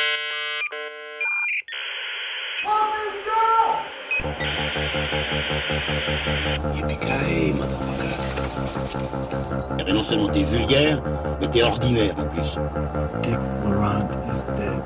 Yippee-ki-yay, motherfucker. Non seulement t'es vulgaire, mais t'es ordinaire en plus. Dick Laurent is dead.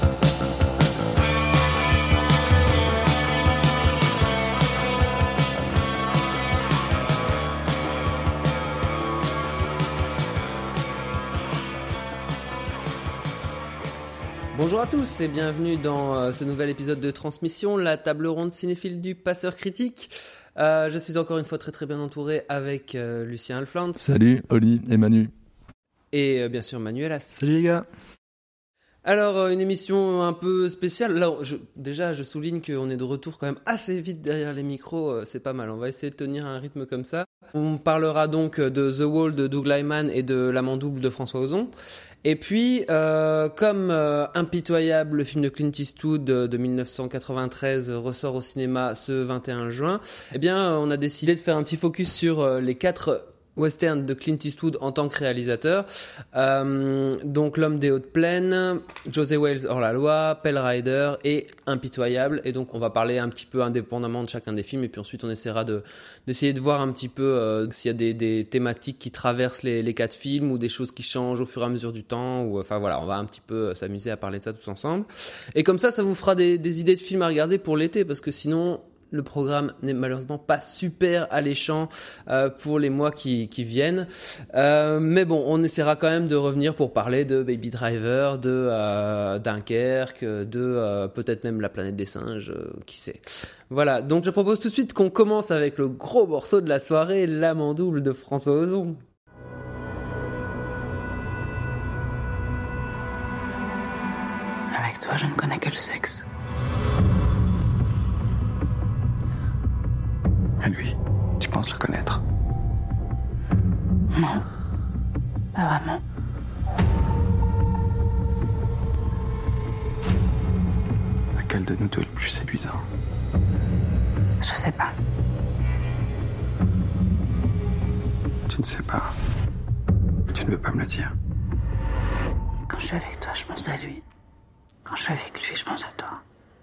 Bonjour à tous et bienvenue dans ce nouvel épisode de Transmission, la table ronde cinéphile du Passeur Critique. Je suis encore une fois très bien entouré avec Lucien Alflant. Salut, Oli et Manu. Et bien sûr Manu Elas. Salut les gars. Alors, une émission un peu spéciale. Là, je souligne qu'on est de retour quand même assez vite derrière les micros. C'est pas mal. On va essayer de tenir un rythme comme ça. On parlera donc de The Wall de Doug Liman et de L'Amant double de François Ozon. Et puis, comme Impitoyable, le film de Clint Eastwood de 1993 ressort au cinéma ce 21 juin, eh bien, on a décidé de faire un petit focus sur les 4 western de Clint Eastwood en tant que réalisateur. Donc L'Homme des Hautes Plaines, José Wales hors la loi, Pale Rider et Impitoyable. Et donc on va parler un petit peu indépendamment de chacun des films et puis ensuite on essaiera d'essayer de voir un petit peu s'il y a des thématiques qui traversent les 4 films ou des choses qui changent au fur et à mesure du temps. Ou enfin voilà, on va un petit peu s'amuser à parler de ça tous ensemble. Et comme ça vous fera des idées de films à regarder pour l'été parce que sinon le programme n'est malheureusement pas super alléchant pour les mois qui viennent. Mais bon, on essaiera quand même de revenir pour parler de Baby Driver, de Dunkerque, de peut-être même La Planète des Singes, qui sait. Voilà, donc je propose tout de suite qu'on commence avec le gros morceau de la soirée, L'Amant double de François Ozon. Avec toi, je ne connais que le sexe. Et lui, tu penses le connaître? Non, pas vraiment. Lequel de nous deux est le plus séduisant? Je sais pas. Tu ne sais pas. Tu ne veux pas me le dire. Quand je suis avec toi, je pense à lui. Quand je suis avec lui, je pense à toi.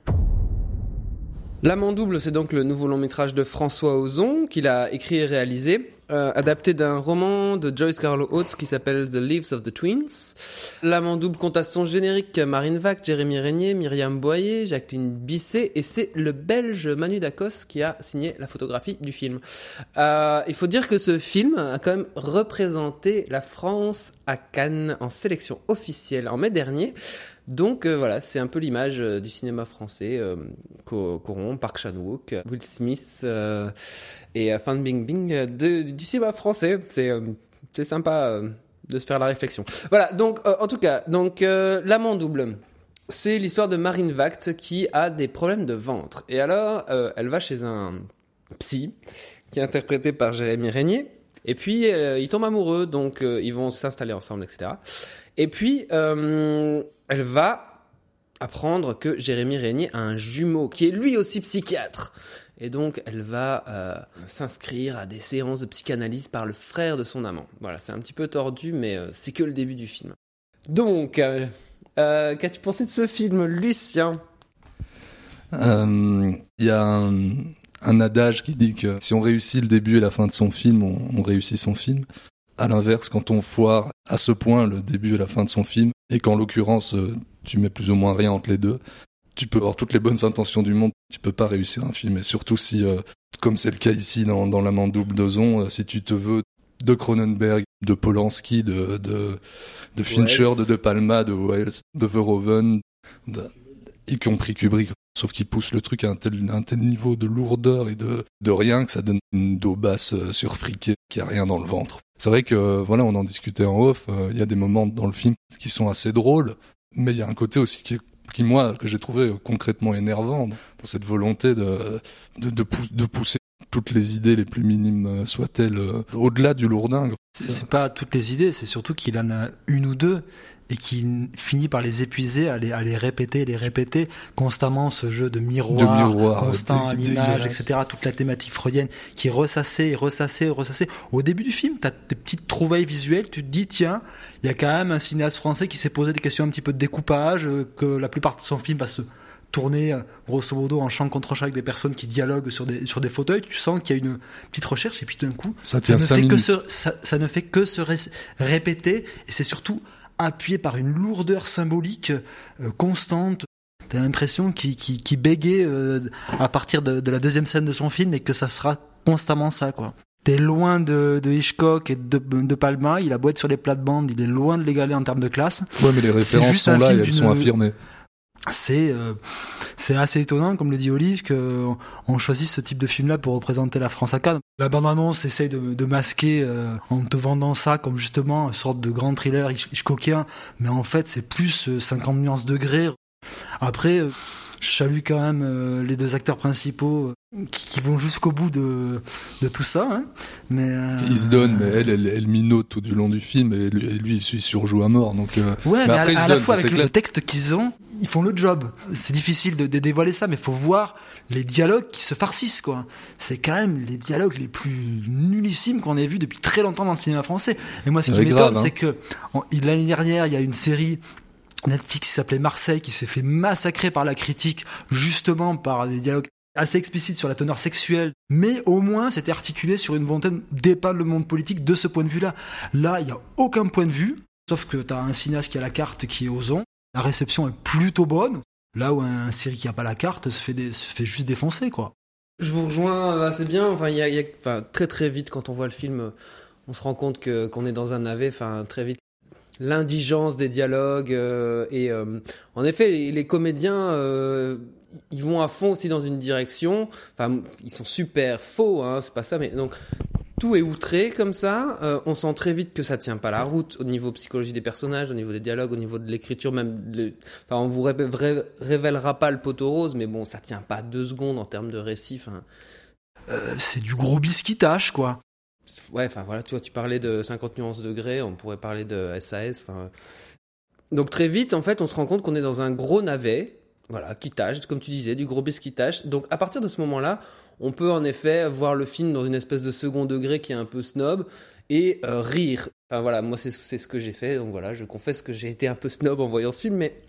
L'Amant double, c'est donc le nouveau long métrage de François Ozon qu'il a écrit et réalisé, adapté d'un roman de Joyce Carol Oates qui s'appelle The Lives of the Twins. L'Amant double compte à son générique Marine Vac, Jérémy Régnier, Myriam Boyer, Jacqueline Bisset et c'est le Belge Manu Dacos qui a signé la photographie du film. Il faut dire que ce film a quand même représenté la France à Cannes en sélection officielle en mai dernier. Donc voilà, c'est un peu l'image du cinéma français qu'auront Park Chan-wook, Will Smith et Fan Bingbing du cinéma français. C'est sympa de se faire la réflexion. Voilà, donc en tout cas, L'Amant double, c'est l'histoire de Marine Vact qui a des problèmes de ventre. Et alors, elle va chez un psy qui est interprété par Jérémy Régnier. Et puis, ils tombent amoureux, donc ils vont s'installer ensemble, etc. Et puis, elle va apprendre que Jérémy Régnier a un jumeau qui est lui aussi psychiatre. Et donc, elle va s'inscrire à des séances de psychanalyse par le frère de son amant. Voilà, c'est un petit peu tordu, mais c'est que le début du film. Donc, qu'as-tu pensé de ce film, Lucien ? Il y a un adage qui dit que si on réussit le début et la fin de son film, on réussit son film. À l'inverse, quand on foire à ce point le début et la fin de son film, et qu'en l'occurrence, tu mets plus ou moins rien entre les deux, tu peux avoir toutes les bonnes intentions du monde, tu peux pas réussir un film. Et surtout si, comme c'est le cas ici dans L'Amant double d'Ozon, si tu te veux de Cronenberg, de Polanski, de Fincher, de Palma, de Wells, de Verhoeven, y compris Kubrick, sauf qu'il pousse le truc à un tel niveau de lourdeur et de rien que ça donne une dos basse surfriquée qui a rien dans le ventre. C'est vrai que, voilà, on en discutait en off, il y a des moments dans le film qui sont assez drôles, mais il y a un côté aussi que j'ai trouvé concrètement énervant, dans cette volonté de pousser toutes les idées les plus minimes soient-elles, au-delà du lourdingue. C'est pas toutes les idées, c'est surtout qu'il en a une ou deux et qu'il finit par les épuiser, à les répéter constamment, ce jeu de miroir constant à l'image, etc. Toute la thématique freudienne qui est ressassée. Au début du film, t'as des petites trouvailles visuelles, tu te dis, tiens, il y a quand même un cinéaste français qui s'est posé des questions un petit peu de découpage, que la plupart de son film va se tourner grosso modo en champ contre champ avec des personnes qui dialoguent sur des fauteuils. Tu sens qu'il y a une petite recherche et puis d'un coup ça ne fait que se répéter, et c'est surtout appuyé par une lourdeur symbolique constante. T'as l'impression qu'il bégait à partir de la deuxième scène de son film, et que ça sera constamment ça, quoi. T'es loin de Hitchcock et de Palma. Il a beau être sur les plates-bandes, il est loin de l'égaler en termes de classe. Ouais, mais les références sont là et elles sont affirmées. C'est assez étonnant, comme le dit Olive, que on choisisse ce type de film-là pour représenter la France à Cannes. La bande-annonce essaye de masquer en te vendant ça comme justement une sorte de grand thriller Hitchcockien, mais en fait c'est plus 50 nuances degrés. Après, je salue quand même les deux acteurs principaux qui vont jusqu'au bout de tout ça, hein. Mais ils se donnent, mais elle minote tout du long du film, et lui il surjoue à mort. Donc ouais, mais à la fois avec le texte qu'ils ont, ils font le job. C'est difficile de dévoiler ça, mais faut voir les dialogues qui se farcissent, quoi. C'est quand même les dialogues les plus nullissimes qu'on ait vus depuis très longtemps dans le cinéma français. Et moi, ce qui m'étonne, c'est que l'année dernière, il y a une série Netflix qui s'appelait Marseille, qui s'est fait massacrer par la critique, justement par des dialogues assez explicites sur la teneur sexuelle, mais au moins c'était articulé sur une volonté de dépeindre le monde politique de ce point de vue-là. Là, il n'y a aucun point de vue, sauf que tu as un cinéaste qui a la carte, qui est Ozon. La réception est plutôt bonne, là où un série qui n'a pas la carte se fait juste défoncer, quoi. Je vous rejoins assez bien. Enfin, très très vite, quand on voit le film, on se rend compte qu'on est dans un navet. Enfin, très vite, l'indigence des dialogues en effet, les comédiens ils vont à fond aussi dans une direction. Enfin, ils sont super faux, hein, c'est pas ça, mais donc tout est outré comme ça. On sent très vite que ça tient pas la route au niveau psychologie des personnages, au niveau des dialogues, au niveau de l'écriture, on vous révélera pas le poteau rose, mais bon, ça tient pas 2 secondes en termes de récit. C'est du gros biscuitage, quoi. Ouais, enfin voilà, tu parlais de 50 nuances degrés, on pourrait parler de SAS. Donc très vite, en fait, on se rend compte qu'on est dans un gros navet. Voilà, quitage, comme tu disais, du gros biscuitage. Donc à partir de ce moment-là, on peut en effet voir le film dans une espèce de second degré qui est un peu snob et rire. Enfin voilà, moi c'est ce que j'ai fait. Donc voilà, je confesse que j'ai été un peu snob en voyant ce film, mais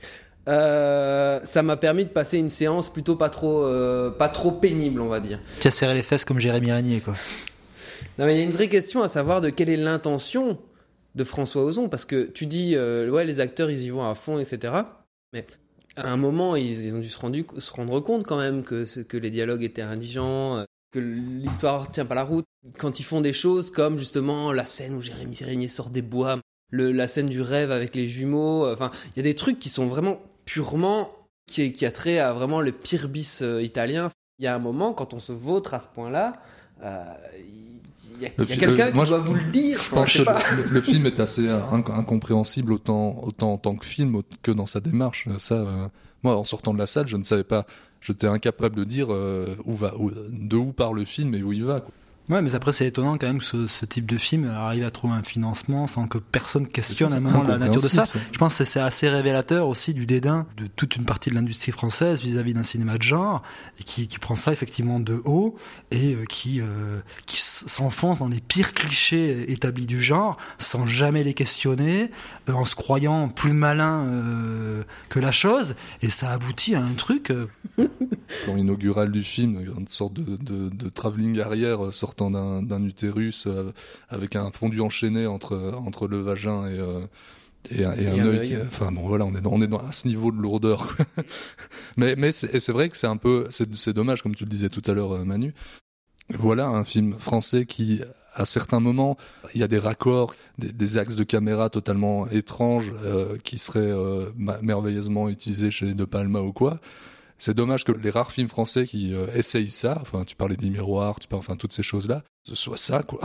ça m'a permis de passer une séance plutôt pas trop pénible, on va dire. Tu as serré les fesses comme Jérémy Régnier, quoi. Non, mais il y a une vraie question à savoir de quelle est l'intention de François Ozon, parce que tu dis ouais, les acteurs ils y vont à fond, etc. Mais à un moment, ils ont dû se rendre compte quand même que les dialogues étaient indigents, que l'histoire tient pas la route. Quand ils font des choses comme justement la scène où Jérémy Régnier sort des bois, la scène du rêve avec les jumeaux, enfin, il y a des trucs qui sont vraiment purement, qui a trait à vraiment le pire bis italien. Il y a un moment, quand on se vautre à ce point-là, il y a quelqu'un qui doit vous le dire. Je pense que le film est assez incompréhensible autant en tant que film que dans sa démarche. Ça, moi, en sortant de la salle, je ne savais pas. J'étais incapable de dire de où part le film et où il va, quoi. Ouais, mais après c'est étonnant quand même que ce type de film arrive à trouver un financement sans que personne questionne à un moment la nature de ça. Je pense que c'est assez révélateur aussi du dédain de toute une partie de l'industrie française vis-à-vis d'un cinéma de genre, et qui prend ça effectivement de haut et qui s'enfonce dans les pires clichés établis du genre sans jamais les questionner, en se croyant plus malin que la chose, et ça aboutit à un truc Plan inaugural du film, une sorte de travelling arrière sortant d'un utérus avec un fondu enchaîné entre le vagin et un œil. Enfin bon, voilà, on est dans à ce niveau de lourdeur, quoi. mais c'est vrai que c'est dommage, comme tu le disais tout à l'heure, Manu. Voilà un film français qui, à certains moments, il y a des raccords, des axes de caméra totalement étranges qui seraient merveilleusement utilisés chez De Palma ou quoi. C'est dommage que les rares films français qui essayent ça, enfin tu parlais des miroirs, enfin toutes ces choses-là, ce soit ça, quoi.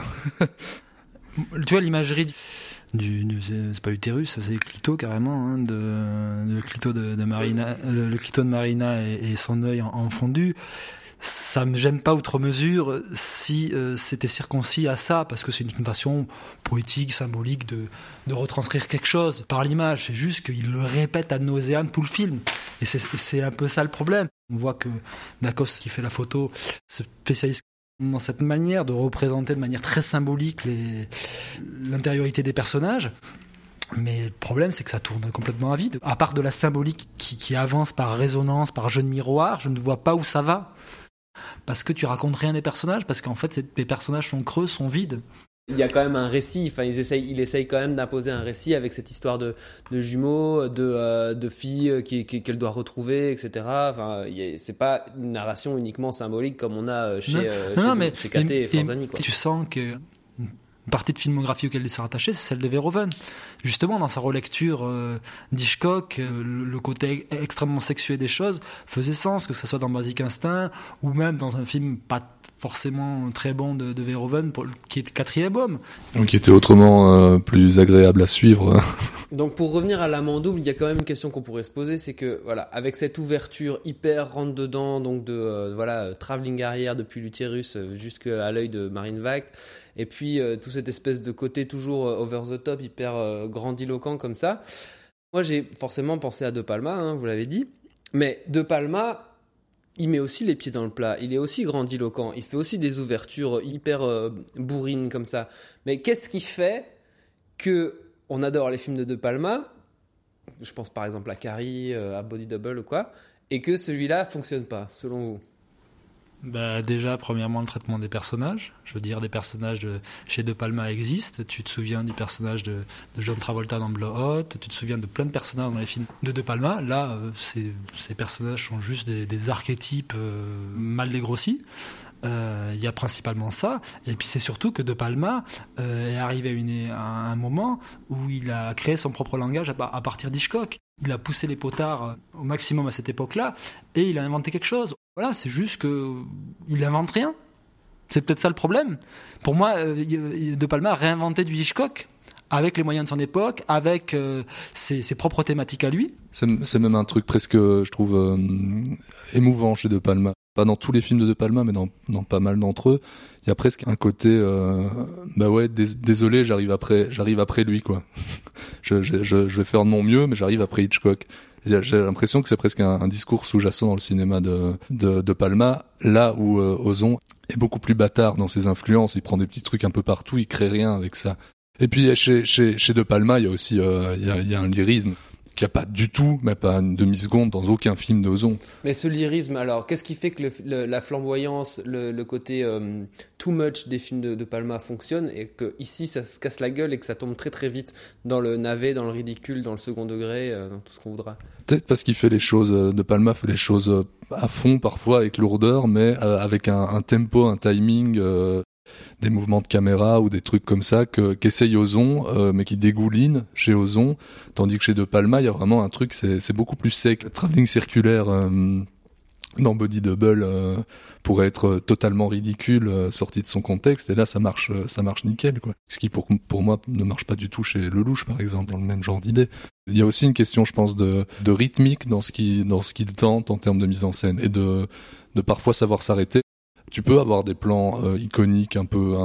Tu vois l'imagerie c'est pas utérus, ça c'est le clito carrément, hein, le clito de Marina, le clito de Marina et son œil en fondu. ça me gêne pas outre mesure si c'était circoncis à ça, parce que c'est une façon poétique, symbolique de retranscrire quelque chose par l'image. C'est juste qu'il le répète ad nauseam tout le film, et c'est un peu ça le problème. On voit que Nakos, qui fait la photo, se spécialise dans cette manière de représenter de manière très symbolique l'intériorité des personnages. Mais le problème, c'est que ça tourne complètement à vide. À part de la symbolique qui avance par résonance, par jeu de miroir, je ne vois pas où ça va. Parce que tu racontes rien des personnages, parce qu'en fait, les personnages sont creux, sont vides. Il y a quand même un récit, enfin il essaye quand même d'imposer un récit avec cette histoire de jumeaux, de filles qu'elle doit retrouver, etc. Enfin, c'est pas une narration uniquement symbolique comme on a chez Katé et Forzani, quoi. Tu sens que une partie de filmographie auquel il s'est rattaché, c'est celle de Verhoeven. Justement, dans sa relecture d'Hitchcock, le côté extrêmement sexué des choses faisait sens, que ce soit dans Basic Instinct ou même dans un film pas forcément très bon de Verhoeven, qui est le 4e homme. Qui était autrement plus agréable à suivre. Donc pour revenir à l'amant double, il y a quand même une question qu'on pourrait se poser, c'est que voilà, avec cette ouverture hyper rentre dedans, donc de travelling arrière depuis l'utérus jusqu'à l'œil de Marine Vact, et puis tout cette espèce de côté toujours over the top, hyper grandiloquent comme ça. Moi j'ai forcément pensé à De Palma, vous l'avez dit, mais De Palma, il met aussi les pieds dans le plat, il est aussi grandiloquent, il fait aussi des ouvertures hyper bourrines comme ça. Mais qu'est-ce qui fait que on adore les films de De Palma, je pense par exemple à Carrie, à Body Double ou quoi, et que celui-là fonctionne pas, selon vous? Déjà, premièrement, le traitement des personnages. Je veux dire, des personnages chez De Palma existent. Tu te souviens du personnage de John Travolta dans Blowout. Tu te souviens de plein de personnages dans les films de Palma. Là, ces personnages sont juste des archétypes mal dégrossis. Il y a principalement ça, et puis c'est surtout que De Palma est arrivé à un moment où il a créé son propre langage à partir d'Hitchcock. Il a poussé les potards au maximum à cette époque-là, et il a inventé quelque chose. Voilà, c'est juste que il invente rien. C'est peut-être ça le problème. Pour moi, De Palma a réinventé du Hitchcock avec les moyens de son époque, avec ses propres thématiques à lui. C'est même un truc presque, je trouve, émouvant chez De Palma. Pas dans tous les films de Palma, mais dans pas mal d'entre eux, il y a presque un côté, désolé, j'arrive après lui, quoi. je vais faire de mon mieux, mais j'arrive après Hitchcock. J'ai l'impression que c'est presque un discours sous-jacent dans le cinéma de Palma, là où Ozon est beaucoup plus bâtard dans ses influences. Il prend des petits trucs un peu partout, il crée rien avec ça. Et puis chez De Palma, il y a aussi il y a un lyrisme qu'il n'y a pas du tout, mais pas une demi-seconde dans aucun film d'Ozon. Mais ce lyrisme, alors, qu'est-ce qui fait que la flamboyance, le côté too much des films de Palma fonctionne, et que ici ça se casse la gueule et que ça tombe très très vite dans le navet, dans le ridicule, dans le second degré, dans tout ce qu'on voudra? Peut-être parce qu'il fait les choses, De Palma fait les choses à fond parfois, avec lourdeur, mais avec un tempo, un timing, des mouvements de caméra ou des trucs comme ça qu'essaye Ozon, mais qui dégouline chez Ozon, tandis que chez De Palma il y a vraiment un truc, c'est beaucoup plus sec. Le travelling circulaire dans Body Double pourrait être totalement ridicule, sorti de son contexte, et là ça marche nickel, quoi. Ce qui pour moi ne marche pas du tout chez Lelouch, par exemple, dans le même genre d'idée. Il y a aussi une question, je pense, de rythmique dans ce qu'il tente en termes de mise en scène, et de parfois savoir s'arrêter. Tu peux avoir des plans iconiques un peu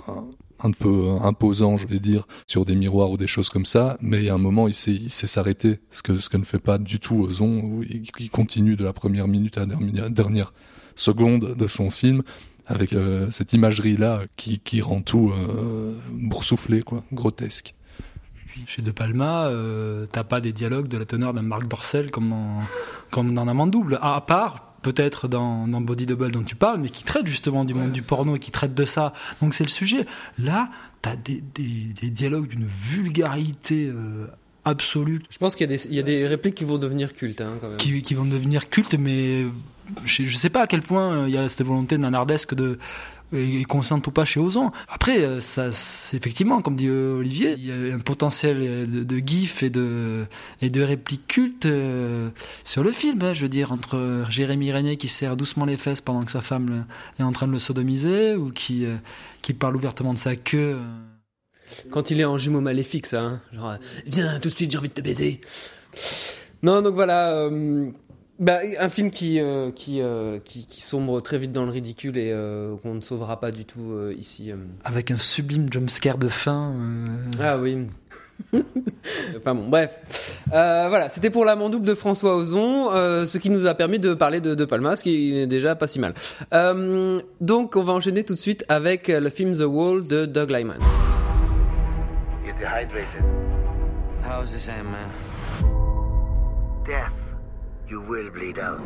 imposants, je vais dire, sur des miroirs ou des choses comme ça, mais il y a un moment il sait s'arrêter, ce que ne fait pas du tout Ozon, où il continue de la première minute à la dernière seconde de son film, avec cette imagerie là qui rend tout boursouflé, quoi, grotesque. Chez De Palma, t'as pas des dialogues de la teneur d'un Marc Dorcel comme dans Amant double, à part peut-être dans Body Double dont tu parles, mais qui traite justement du monde du porno et qui traite de ça. Donc c'est le sujet. Là, t'as des dialogues d'une vulgarité absolue. Je pense qu'il y a des répliques qui vont devenir cultes, quand même. Qui vont devenir cultes, mais je sais pas à quel point il y a cette volonté nanardesque et consciente ou pas chez Ozon. Après, ça, c'est effectivement, comme dit Olivier, il y a un potentiel de gif et de répliques cultes sur le film. Je veux dire, entre Jérémy Régnier qui serre doucement les fesses pendant que sa femme est en train de le sodomiser, ou qui parle ouvertement de sa queue. Quand il est en jumeau maléfique, ça, genre, viens tout de suite, j'ai envie de te baiser. Non, donc voilà. Un film qui sombre très vite dans le ridicule et qu'on ne sauvera pas du tout ici. Avec un sublime jumpscare de fin. Ah oui. Enfin bon, bref. Voilà, c'était pour la mandouble de François Ozon, ce qui nous a permis de parler de Palma, ce qui est déjà pas si mal. Donc on va enchaîner tout de suite avec le film The Wall de Doug Liman. You're dehydrated. How's this end, man? Death. You will bleed out.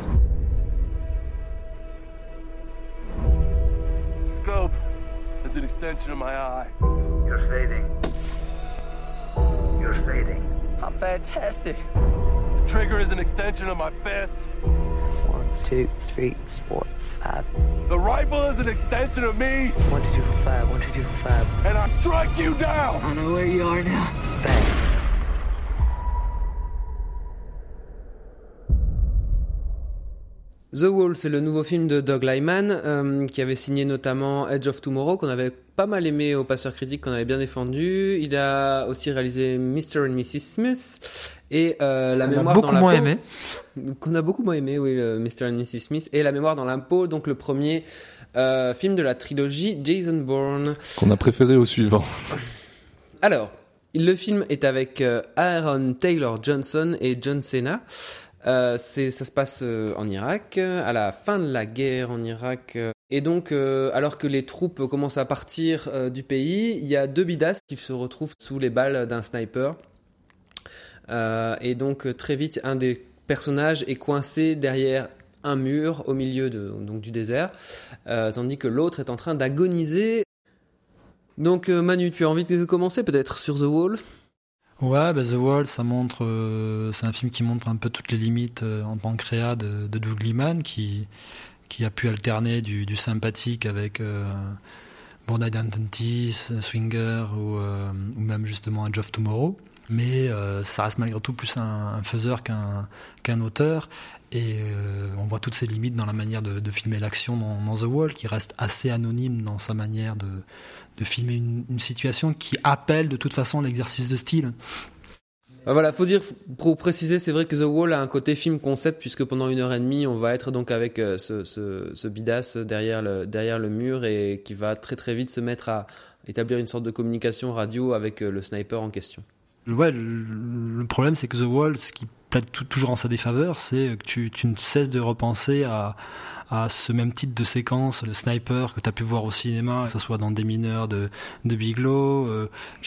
Scope is an extension of my eye. You're fading. You're fading. I'm fantastic. The trigger is an extension of my fist. 1, 2, 3, 4, 5. The rifle is an extension of me. 1, 2, 3, 4, 5. 1, 2, 3, 4, 5. And I strike you down. I don't know where you are now. Bang. The Wall, c'est le nouveau film de Doug Liman, qui avait signé notamment Edge of Tomorrow, qu'on avait pas mal aimé au Passeur Critique, qu'on avait bien défendu. Il a aussi réalisé Mr. and Mrs. Smith et La Mémoire dans la peau. Qu'on a beaucoup moins aimé, oui, le Mr. and Mrs. Smith, et La Mémoire dans la peau, donc le premier film de la trilogie Jason Bourne. Qu'on a préféré au suivant. Alors, le film est avec Aaron Taylor Johnson et John Cena. Ça se passe en Irak, à la fin de la guerre en Irak. Et donc, alors que les troupes commencent à partir du pays, il y a 2 bidasses qui se retrouvent sous les balles d'un sniper. Et donc, très vite, un des personnages est coincé derrière un mur au milieu du désert, tandis que l'autre est en train d'agoniser. Donc, Manu, tu as envie de commencer peut-être sur The Wall ? Ouais, The Wall, ça montre, c'est un film qui montre un peu toutes les limites en pancréas de Doug Liman, qui a pu alterner du sympathique avec Born Identity, Swinger ou même justement Edge of Tomorrow. Mais ça reste malgré tout plus un faiseur qu'un auteur. Et on voit toutes ses limites dans la manière de filmer l'action dans The Wall, qui reste assez anonyme dans sa manière de filmer une situation qui appelle de toute façon l'exercice de style. Voilà, faut dire, pour préciser, c'est vrai que The Wall a un côté film concept, puisque pendant 1h30, on va être donc avec ce bidasse derrière le mur, et qui va très très vite se mettre à établir une sorte de communication radio avec le sniper en question. Ouais, le problème, c'est que The Wall, ce qui plaide toujours en sa défaveur, c'est que tu ne cesses de repenser à ce même type de séquence, le sniper que tu as pu voir au cinéma, que ça soit dans Des Mineurs de Bigelow,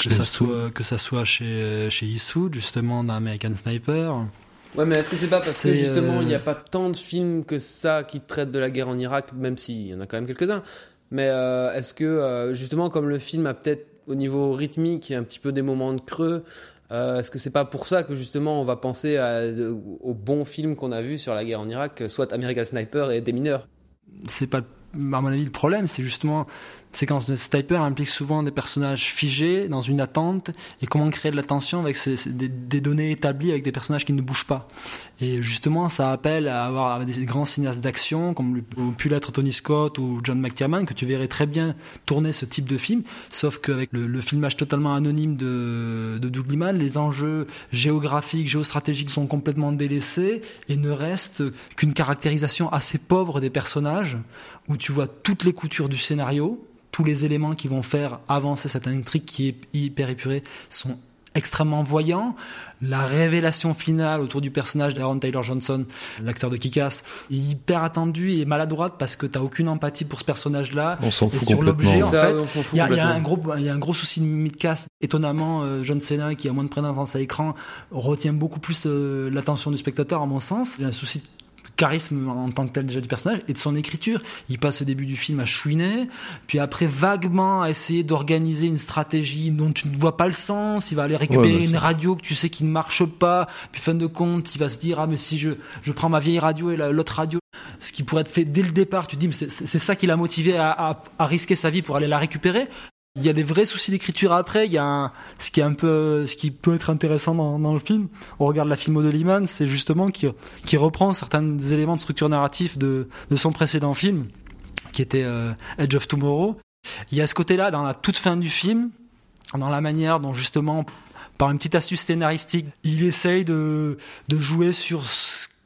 que ça soit chez Eastwood, justement, dans American Sniper. Ouais, mais est-ce que c'est pas parce que justement il n'y a pas tant de films que ça qui traitent de la guerre en Irak, même s'il y en a quand même quelques-uns, mais est-ce que justement, comme le film a peut-être au niveau rythmique un petit peu des moments de creux, est-ce que c'est pas pour ça que justement on va penser aux bons films qu'on a vus sur la guerre en Irak, soit American Sniper et Des Mineurs? C'est pas, à mon avis, le problème, c'est justement séquence de sniper implique souvent des personnages figés dans une attente, et comment créer de la tension avec des données établies avec des personnages qui ne bougent pas. Et justement, ça appelle à avoir des grands cinéastes d'action comme pu l'être Tony Scott ou John McTiernan, que tu verrais très bien tourner ce type de film, sauf qu'avec le filmage totalement anonyme de Doug Liman, les enjeux géographiques, géostratégiques sont complètement délaissés, et ne reste qu'une caractérisation assez pauvre des personnages, où tu vois toutes les coutures du scénario. Tous les éléments qui vont faire avancer cette intrigue qui est hyper épurée sont extrêmement voyants. La révélation finale autour du personnage d'Aaron Taylor Johnson, l'acteur de Kick-Ass, est hyper attendue et maladroite, parce que t'as aucune empathie pour ce personnage-là. On s'en fout et sur complètement. l'objet, en fait, il y a un gros souci de mid-cast. Étonnamment, John Cena, qui a moins de présence à l'écran, retient beaucoup plus l'attention du spectateur, à mon sens. Il y a un souci de charisme en tant que tel déjà du personnage et de son écriture. Il passe au début du film à chouiner, puis après vaguement à essayer d'organiser une stratégie dont tu ne vois pas le sens. Il va aller récupérer une radio que tu sais qui ne marche pas, puis fin de compte il va se dire mais si je prends ma vieille radio et l'autre radio, ce qui pourrait être fait dès le départ, tu te dis mais c'est ça qui l'a motivé à risquer sa vie pour aller la récupérer. Il y a des vrais soucis d'écriture après. Il y a ce qui peut être intéressant dans le film, au regard de la filmo de Liman, c'est justement qu'il reprend certains éléments de structure narrative de son précédent film, qui était Edge of Tomorrow. Il y a ce côté-là dans la toute fin du film, dans la manière dont justement, par une petite astuce scénaristique, il essaye de jouer sur ce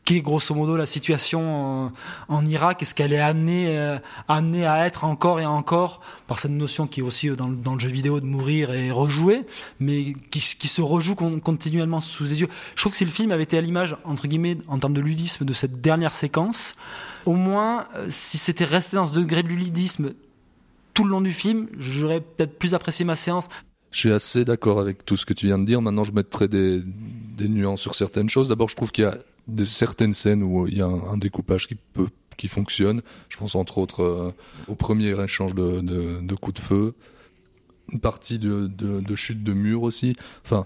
qu'est grosso modo la situation en Irak, est-ce qu'elle est amenée à être encore et encore par cette notion qui est aussi dans le jeu vidéo de mourir et rejouer, mais qui se rejoue continuellement sous les yeux. Je trouve que si le film avait été à l'image, entre guillemets, en termes de ludisme de cette dernière séquence, au moins, si c'était resté dans ce degré de ludisme tout le long du film, j'aurais peut-être plus apprécié ma séance. Je suis assez d'accord avec tout ce que tu viens de dire. Maintenant, je mettrai des nuances sur certaines choses. D'abord, je trouve qu'il y a certaines scènes où il y a un découpage qui fonctionne. Je pense entre autres au premier échange de coups de feu, une partie de chute de mur aussi. Enfin,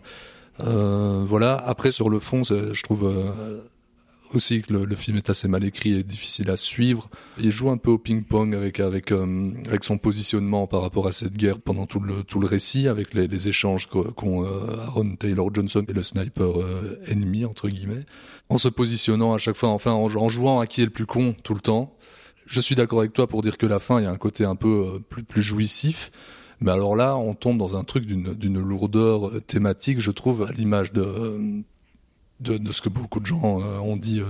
voilà. Après, sur le fond, je trouve aussi que le film est assez mal écrit et difficile à suivre. Il joue un peu au ping-pong avec son positionnement par rapport à cette guerre pendant tout le récit, avec les échanges qu'ont Aaron Taylor Johnson et le sniper ennemi, entre guillemets, en se positionnant à chaque fois, enfin en jouant à qui est le plus con tout le temps. Je suis d'accord avec toi pour dire que la fin, il y a un côté un peu plus jouissif. Mais alors là, on tombe dans un truc d'une lourdeur thématique, je trouve, à l'image de ce que beaucoup de gens ont dit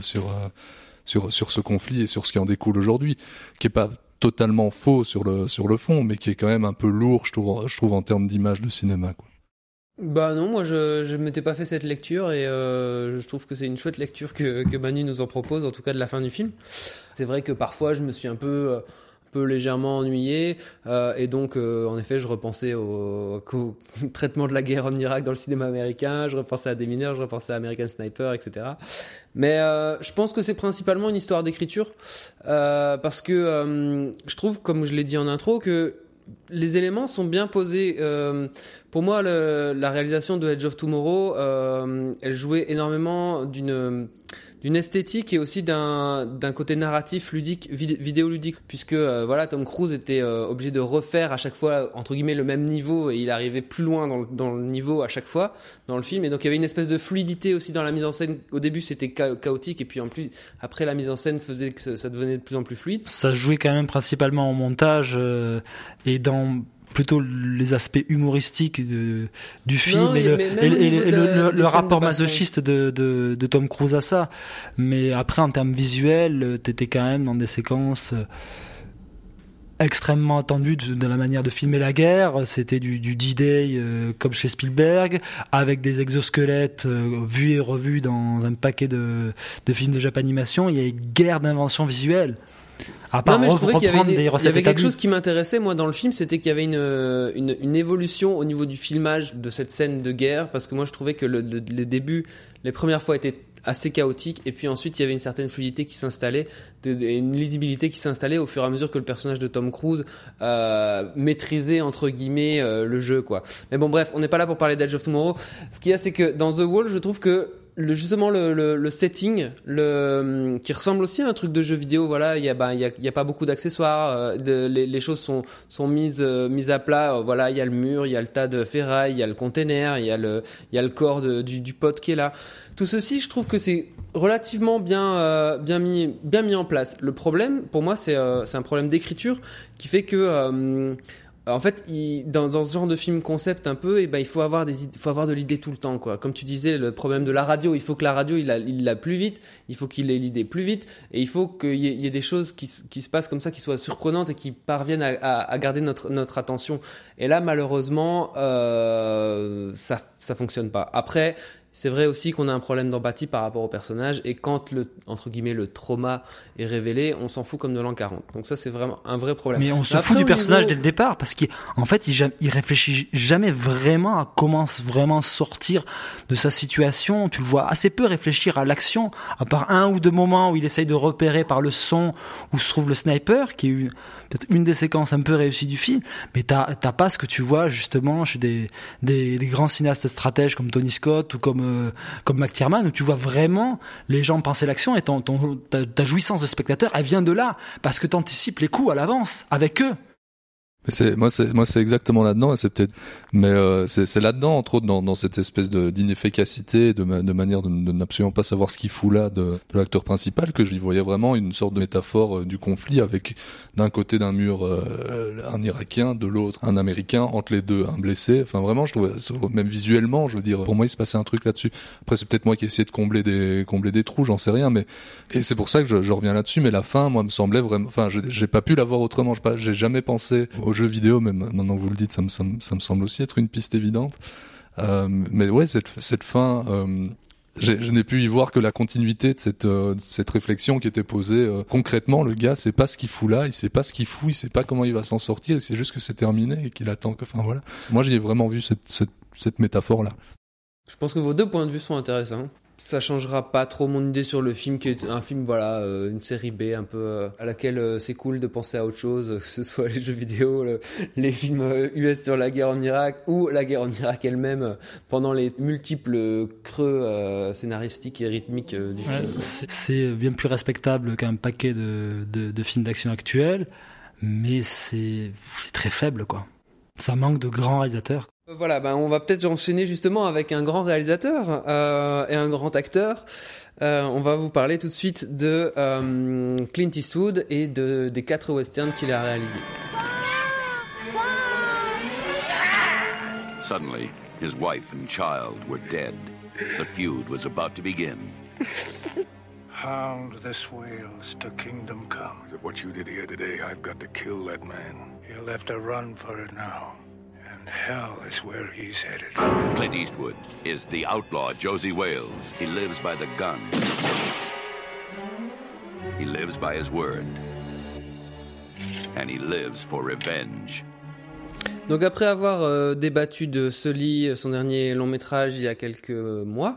sur ce conflit et sur ce qui en découle aujourd'hui, qui est pas totalement faux sur le fond, mais qui est quand même un peu lourd, je trouve en termes d'image de cinéma, quoi. Bah non, moi je m'étais pas fait cette lecture et je trouve que c'est une chouette lecture que Manu nous en propose, en tout cas de la fin du film. C'est vrai que parfois je me suis un peu légèrement ennuyé et donc en effet je repensais au traitement de la guerre en Irak dans le cinéma américain, je repensais à Démineur, je repensais à American Sniper, etc. Mais je pense que c'est principalement une histoire d'écriture parce que je trouve, comme je l'ai dit en intro, que les éléments sont bien posés. Pour moi, la réalisation de Edge of Tomorrow, elle jouait énormément d'une esthétique et aussi d'un côté narratif ludique, vidéoludique, puisque voilà, Tom Cruise était obligé de refaire à chaque fois entre guillemets le même niveau et il arrivait plus loin dans le niveau à chaque fois dans le film, et donc il y avait une espèce de fluidité aussi dans la mise en scène. Au début c'était chaotique et puis en plus après la mise en scène faisait que ça devenait de plus en plus fluide. Ça se jouait quand même principalement en montage et dans plutôt les aspects humoristiques du film. Non, et le rapport masochiste de Tom Cruise à ça. Mais après, en termes visuels, t'étais quand même dans des séquences extrêmement attendues de la manière de filmer la guerre. C'était du D-Day comme chez Spielberg, avec des exosquelettes vus et revus dans un paquet de films de Japanimation. Il y a une guerre d'invention visuelle. À part je trouvais qu'il y avait quelque établies. chose qui m'intéressait moi dans le film, c'était qu'il y avait une évolution au niveau du filmage de cette scène de guerre, parce que moi je trouvais que les débuts, les premières fois étaient assez chaotiques, et puis ensuite il y avait une certaine fluidité qui s'installait, une lisibilité qui s'installait au fur et à mesure que le personnage de Tom Cruise maîtrisait entre guillemets le jeu, quoi. Mais bon, bref, on n'est pas là pour parler d'Edge of Tomorrow. Ce qu'il y a, c'est que dans The Wall, je trouve que justement le setting qui ressemble aussi à un truc de jeu vidéo, voilà, il y a pas beaucoup d'accessoires, les choses sont mises à plat, voilà, il y a le mur, il y a le tas de ferraille, il y a le container, il y a le corps du pote qui est là. Tout ceci, je trouve que c'est relativement bien mis en place. Le problème pour moi, c'est un problème d'écriture qui fait que en fait, dans ce genre de film concept un peu, il faut avoir de l'idée tout le temps, quoi. Comme tu disais, le problème de la radio, il faut que la radio il l'a plus vite, il faut qu'il ait l'idée plus vite, et il faut qu'il y ait des choses qui se passent comme ça, qui soient surprenantes et qui parviennent à garder notre attention. Et là, malheureusement, ça fonctionne pas. Après, c'est vrai aussi qu'on a un problème d'empathie par rapport au personnage, et quand entre guillemets le trauma est révélé, on s'en fout comme de l'an 40. Donc ça, c'est vraiment un vrai problème. Mais on se fout du personnage dès le départ, parce qu'en fait il réfléchit jamais vraiment à comment vraiment sortir de sa situation. Tu le vois assez peu réfléchir à l'action, à part un ou deux moments où il essaye de repérer par le son où se trouve le sniper, qui est peut-être une des séquences un peu réussies du film. Mais t'as pas ce que tu vois justement chez des grands cinéastes stratèges comme Tony Scott ou comme McTiernan, où tu vois vraiment les gens penser l'action, et ta jouissance de spectateur, elle vient de là, parce que t'anticipes les coups à l'avance avec eux. Moi c'est exactement là-dedans, et c'est peut-être, mais c'est là-dedans entre autres dans cette espèce d'inefficacité, de manière de n'absolument pas savoir ce qu'il fout là de l'acteur principal, que j'y voyais vraiment une sorte de métaphore du conflit, avec d'un côté d'un mur un Irakien, de l'autre un Américain, entre les deux un blessé. Enfin vraiment, je trouvais, même visuellement, je veux dire, pour moi il se passait un truc là-dessus. Après c'est peut-être moi qui essayais de combler des trous, j'en sais rien, mais et c'est pour ça que je reviens là-dessus. Mais la fin, moi, me semblait vraiment, enfin j'ai pas pu la voir autrement. J'ai jamais pensé aux jeux vidéo, même maintenant que vous le dites, ça me semble aussi être une piste évidente. Mais ouais, cette fin, je n'ai pu y voir que la continuité de cette réflexion qui était posée. Concrètement, le gars sait pas ce qu'il fout là, il sait pas ce qu'il fout, il sait pas comment il va s'en sortir, il sait juste que c'est terminé et qu'il attend que, enfin voilà. Moi, j'y ai vraiment vu cette métaphore là. Je pense que vos deux points de vue sont intéressants. Ça changera pas trop mon idée sur le film, qui est un film, voilà, une série B un peu à laquelle c'est cool de penser à autre chose, que ce soit les jeux vidéo, les films US sur la guerre en Irak, ou la guerre en Irak elle-même pendant les multiples creux scénaristiques et rythmiques du film. C'est bien plus respectable qu'un paquet de films d'action actuels, mais c'est très faible, quoi. Ça manque de grands réalisateurs. Voilà, on va peut-être enchaîner justement avec un grand réalisateur et un grand acteur. On va vous parler tout de suite de Clint Eastwood et des 4 westerns qu'il a réalisés. Suddenly, his wife and child were dead. The feud was about to begin. Hound this wheels to kingdom come. Is it what you did here today? I've got to kill that man. You'll have to run for it now. And hell is where he's headed. Clint Eastwood is the outlaw Josie Wales. He lives by the gun. He lives by his word. And he lives for revenge. Donc après avoir débattu de Sully, son dernier long métrage il y a quelques mois,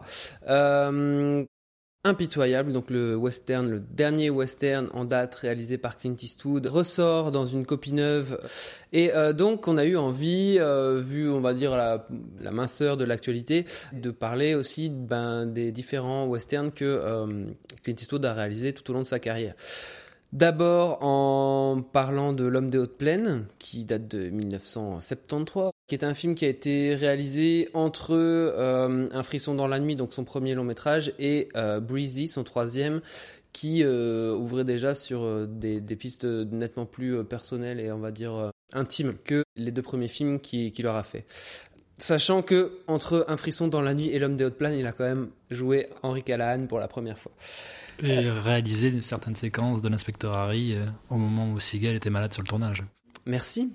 Impitoyable, donc le dernier western en date réalisé par Clint Eastwood, ressort dans une copie neuve. Et donc on a eu envie, vu on va dire la minceur de l'actualité, de parler aussi des différents westerns que Clint Eastwood a réalisé tout au long de sa carrière. D'abord en parlant de L'Homme des Hautes Plaines, qui date de 1973, qui est un film qui a été réalisé entre Un frisson dans la nuit, donc son premier long métrage, et Breezy, son troisième, qui ouvrait déjà sur des pistes nettement plus personnelles et on va dire intimes que les 2 premiers films qu'il aura fait. Sachant que entre Un frisson dans la nuit et L'Homme des Hautes Plaines, il a quand même joué Henry Callahan pour la première fois. Et réalisé certaines séquences de l'inspecteur Harry au moment où Seagal était malade sur le tournage. Merci.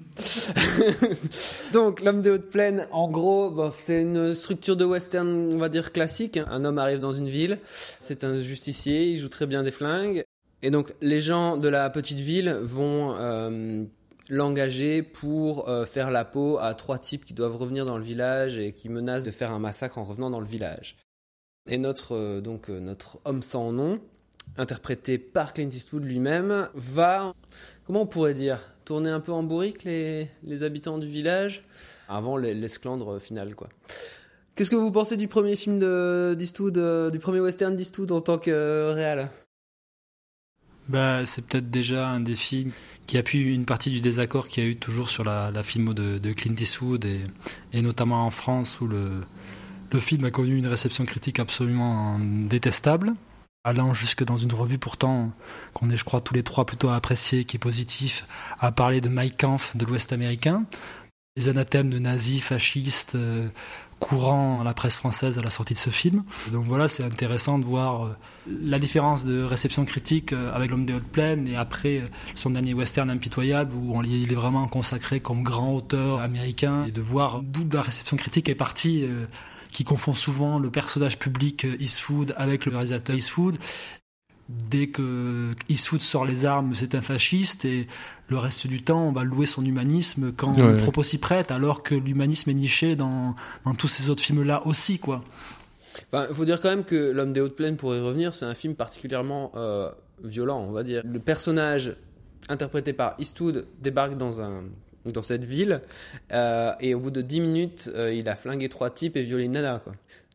Donc, L'Homme des Hautes Plaines, en gros, c'est une structure de western, on va dire classique. Un homme arrive dans une ville, c'est un justicier, il joue très bien des flingues. Et donc, les gens de la petite ville vont l'engager pour faire la peau à 3 types qui doivent revenir dans le village et qui menacent de faire un massacre en revenant dans le village. Et notre homme sans nom, interprété par Clint Eastwood lui-même, va, comment on pourrait dire, tourner un peu en bourrique les habitants du village avant l'esclandre finale, quoi. Qu'est-ce que vous pensez du premier film d'Eastwood, du premier western d'Eastwood en tant que réal ? C'est peut-être déjà un des films qui appuie une partie du désaccord qu'il y a eu toujours sur la filmo de Clint Eastwood et notamment en France où le film a connu une réception critique absolument détestable, allant jusque dans une revue pourtant qu'on est, je crois, tous les 3 plutôt à apprécier, qui est positif, à parler de Mein Kampf de l'Ouest américain. Les anathèmes de nazis, fascistes, courants dans la presse française à la sortie de ce film. Donc voilà, c'est intéressant de voir la différence de réception critique avec L'Homme des Hautes Plaines et après son dernier western Impitoyable où il est vraiment consacré comme grand auteur américain et de voir d'où la réception critique est partie, qui confond souvent le personnage public Eastwood avec le réalisateur Eastwood. Dès que Eastwood sort les armes, c'est un fasciste, et le reste du temps, on va louer son humanisme quand le propos s'y prête, alors que l'humanisme est niché dans tous ces autres films-là aussi, quoi. Il faut dire quand même que L'Homme des Hautes Plaines, pour y revenir, c'est un film particulièrement violent, on va dire. Le personnage interprété par Eastwood débarque dans cette ville et au bout de 10 minutes, il a flingué 3 types et violé une nana, quoi.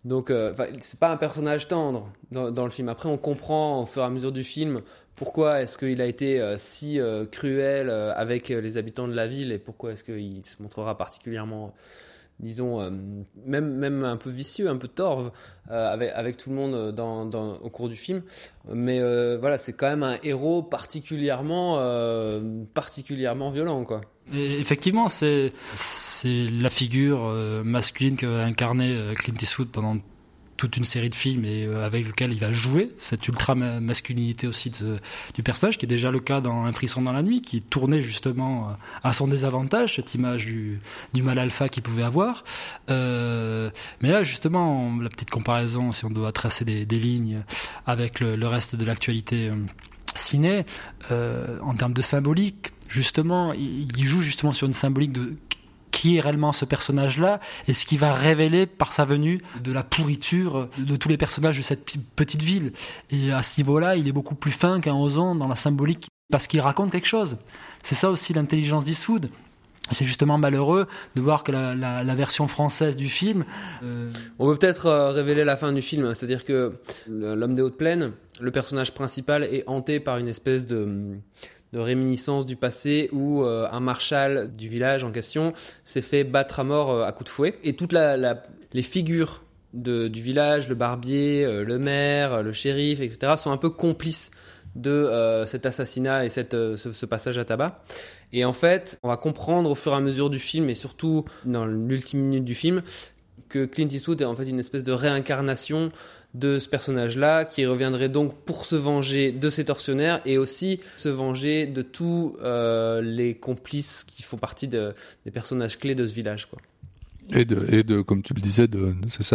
Donc, c'est pas un personnage tendre dans le film. Après, on comprend au fur et à mesure du film pourquoi est-ce qu'il a été si cruel avec les habitants de la ville et pourquoi est-ce qu'il se montrera particulièrement, disons, même un peu vicieux, un peu torve avec tout le monde au cours du film. Mais voilà, c'est quand même un héros particulièrement violent, quoi. Et effectivement, c'est la figure masculine qu'a incarné Clint Eastwood pendant toute une série de films et avec lequel il va jouer cette ultra masculinité aussi du personnage, qui est déjà le cas dans Un frisson dans la nuit, qui tournait justement à son désavantage, cette image du mal alpha qu'il pouvait avoir. Mais là, justement, la petite comparaison, si on doit tracer des lignes avec le reste de l'actualité ciné, en termes de symbolique, justement, il joue justement sur une symbolique de qui est réellement ce personnage-là et ce qui va révéler par sa venue de la pourriture de tous les personnages de cette petite ville. Et à ce niveau-là, il est beaucoup plus fin qu'un Ozon dans la symbolique parce qu'il raconte quelque chose. C'est ça aussi l'intelligence d'Eastwood. C'est justement malheureux de voir que la version française du film... On peut peut-être révéler la fin du film, hein, c'est-à-dire que l'homme des hautes plaines, le personnage principal est hanté par une espèce de réminiscence du passé où un marshal du village en question s'est fait battre à mort à coups de fouet. Et toutes les figures du village, le barbier, le maire, le shérif, etc., sont un peu complices de cet assassinat et ce passage à tabac. Et en fait, on va comprendre au fur et à mesure du film, et surtout dans l'ultime minute du film, que Clint Eastwood est en fait une espèce de réincarnation de ce personnage-là, qui reviendrait donc pour se venger de ses tortionnaires et aussi se venger de tous les complices qui font partie des personnages clés de ce village, quoi. Et de comme tu le disais, de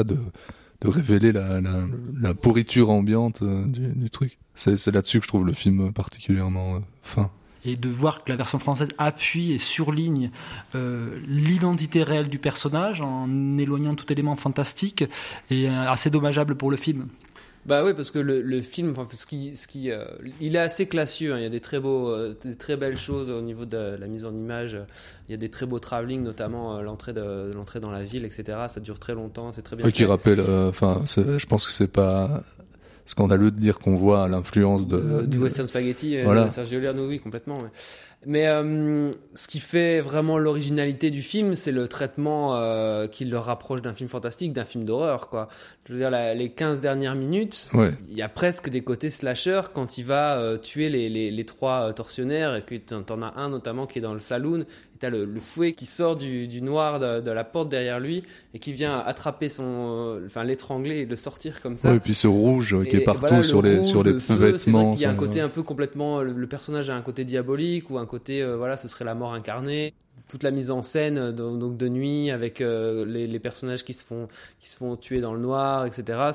révéler la pourriture ambiante du truc. C'est là-dessus que je trouve le film particulièrement fin. Et de voir que la version française appuie et surligne l'identité réelle du personnage en éloignant tout élément fantastique et assez dommageable pour le film. Bah oui, parce que le film, il est assez classieux, hein. Il y a des très belles choses au niveau de la mise en image. Il y a des très beaux travelling, notamment l'entrée dans la ville, etc. Ça dure très longtemps, c'est très bien. Qui rappelle, je pense que c'est pas scandaleux de dire qu'on voit l'influence du western spaghetti, voilà. De Sergio Leone, oui, complètement. Ouais. Mais ce qui fait vraiment l'originalité du film, c'est le traitement qui le rapproche d'un film fantastique, d'un film d'horreur, quoi. Je veux dire, les 15 dernières minutes, il y a presque des côtés slasher quand il va tuer les trois tortionnaires, et que t'en as un notamment qui est dans le saloon, et t'as le fouet qui sort du noir de la porte derrière lui, et qui vient attraper l'étrangler et le sortir comme ça. Ouais, et puis ce rouge qui est partout, voilà, sur les feu, vêtements. Il y a un côté un peu complètement, le personnage a un côté diabolique, ou un côté, ce serait la mort incarnée. Toute la mise en scène donc de nuit avec les personnages qui se font tuer dans le noir, etc.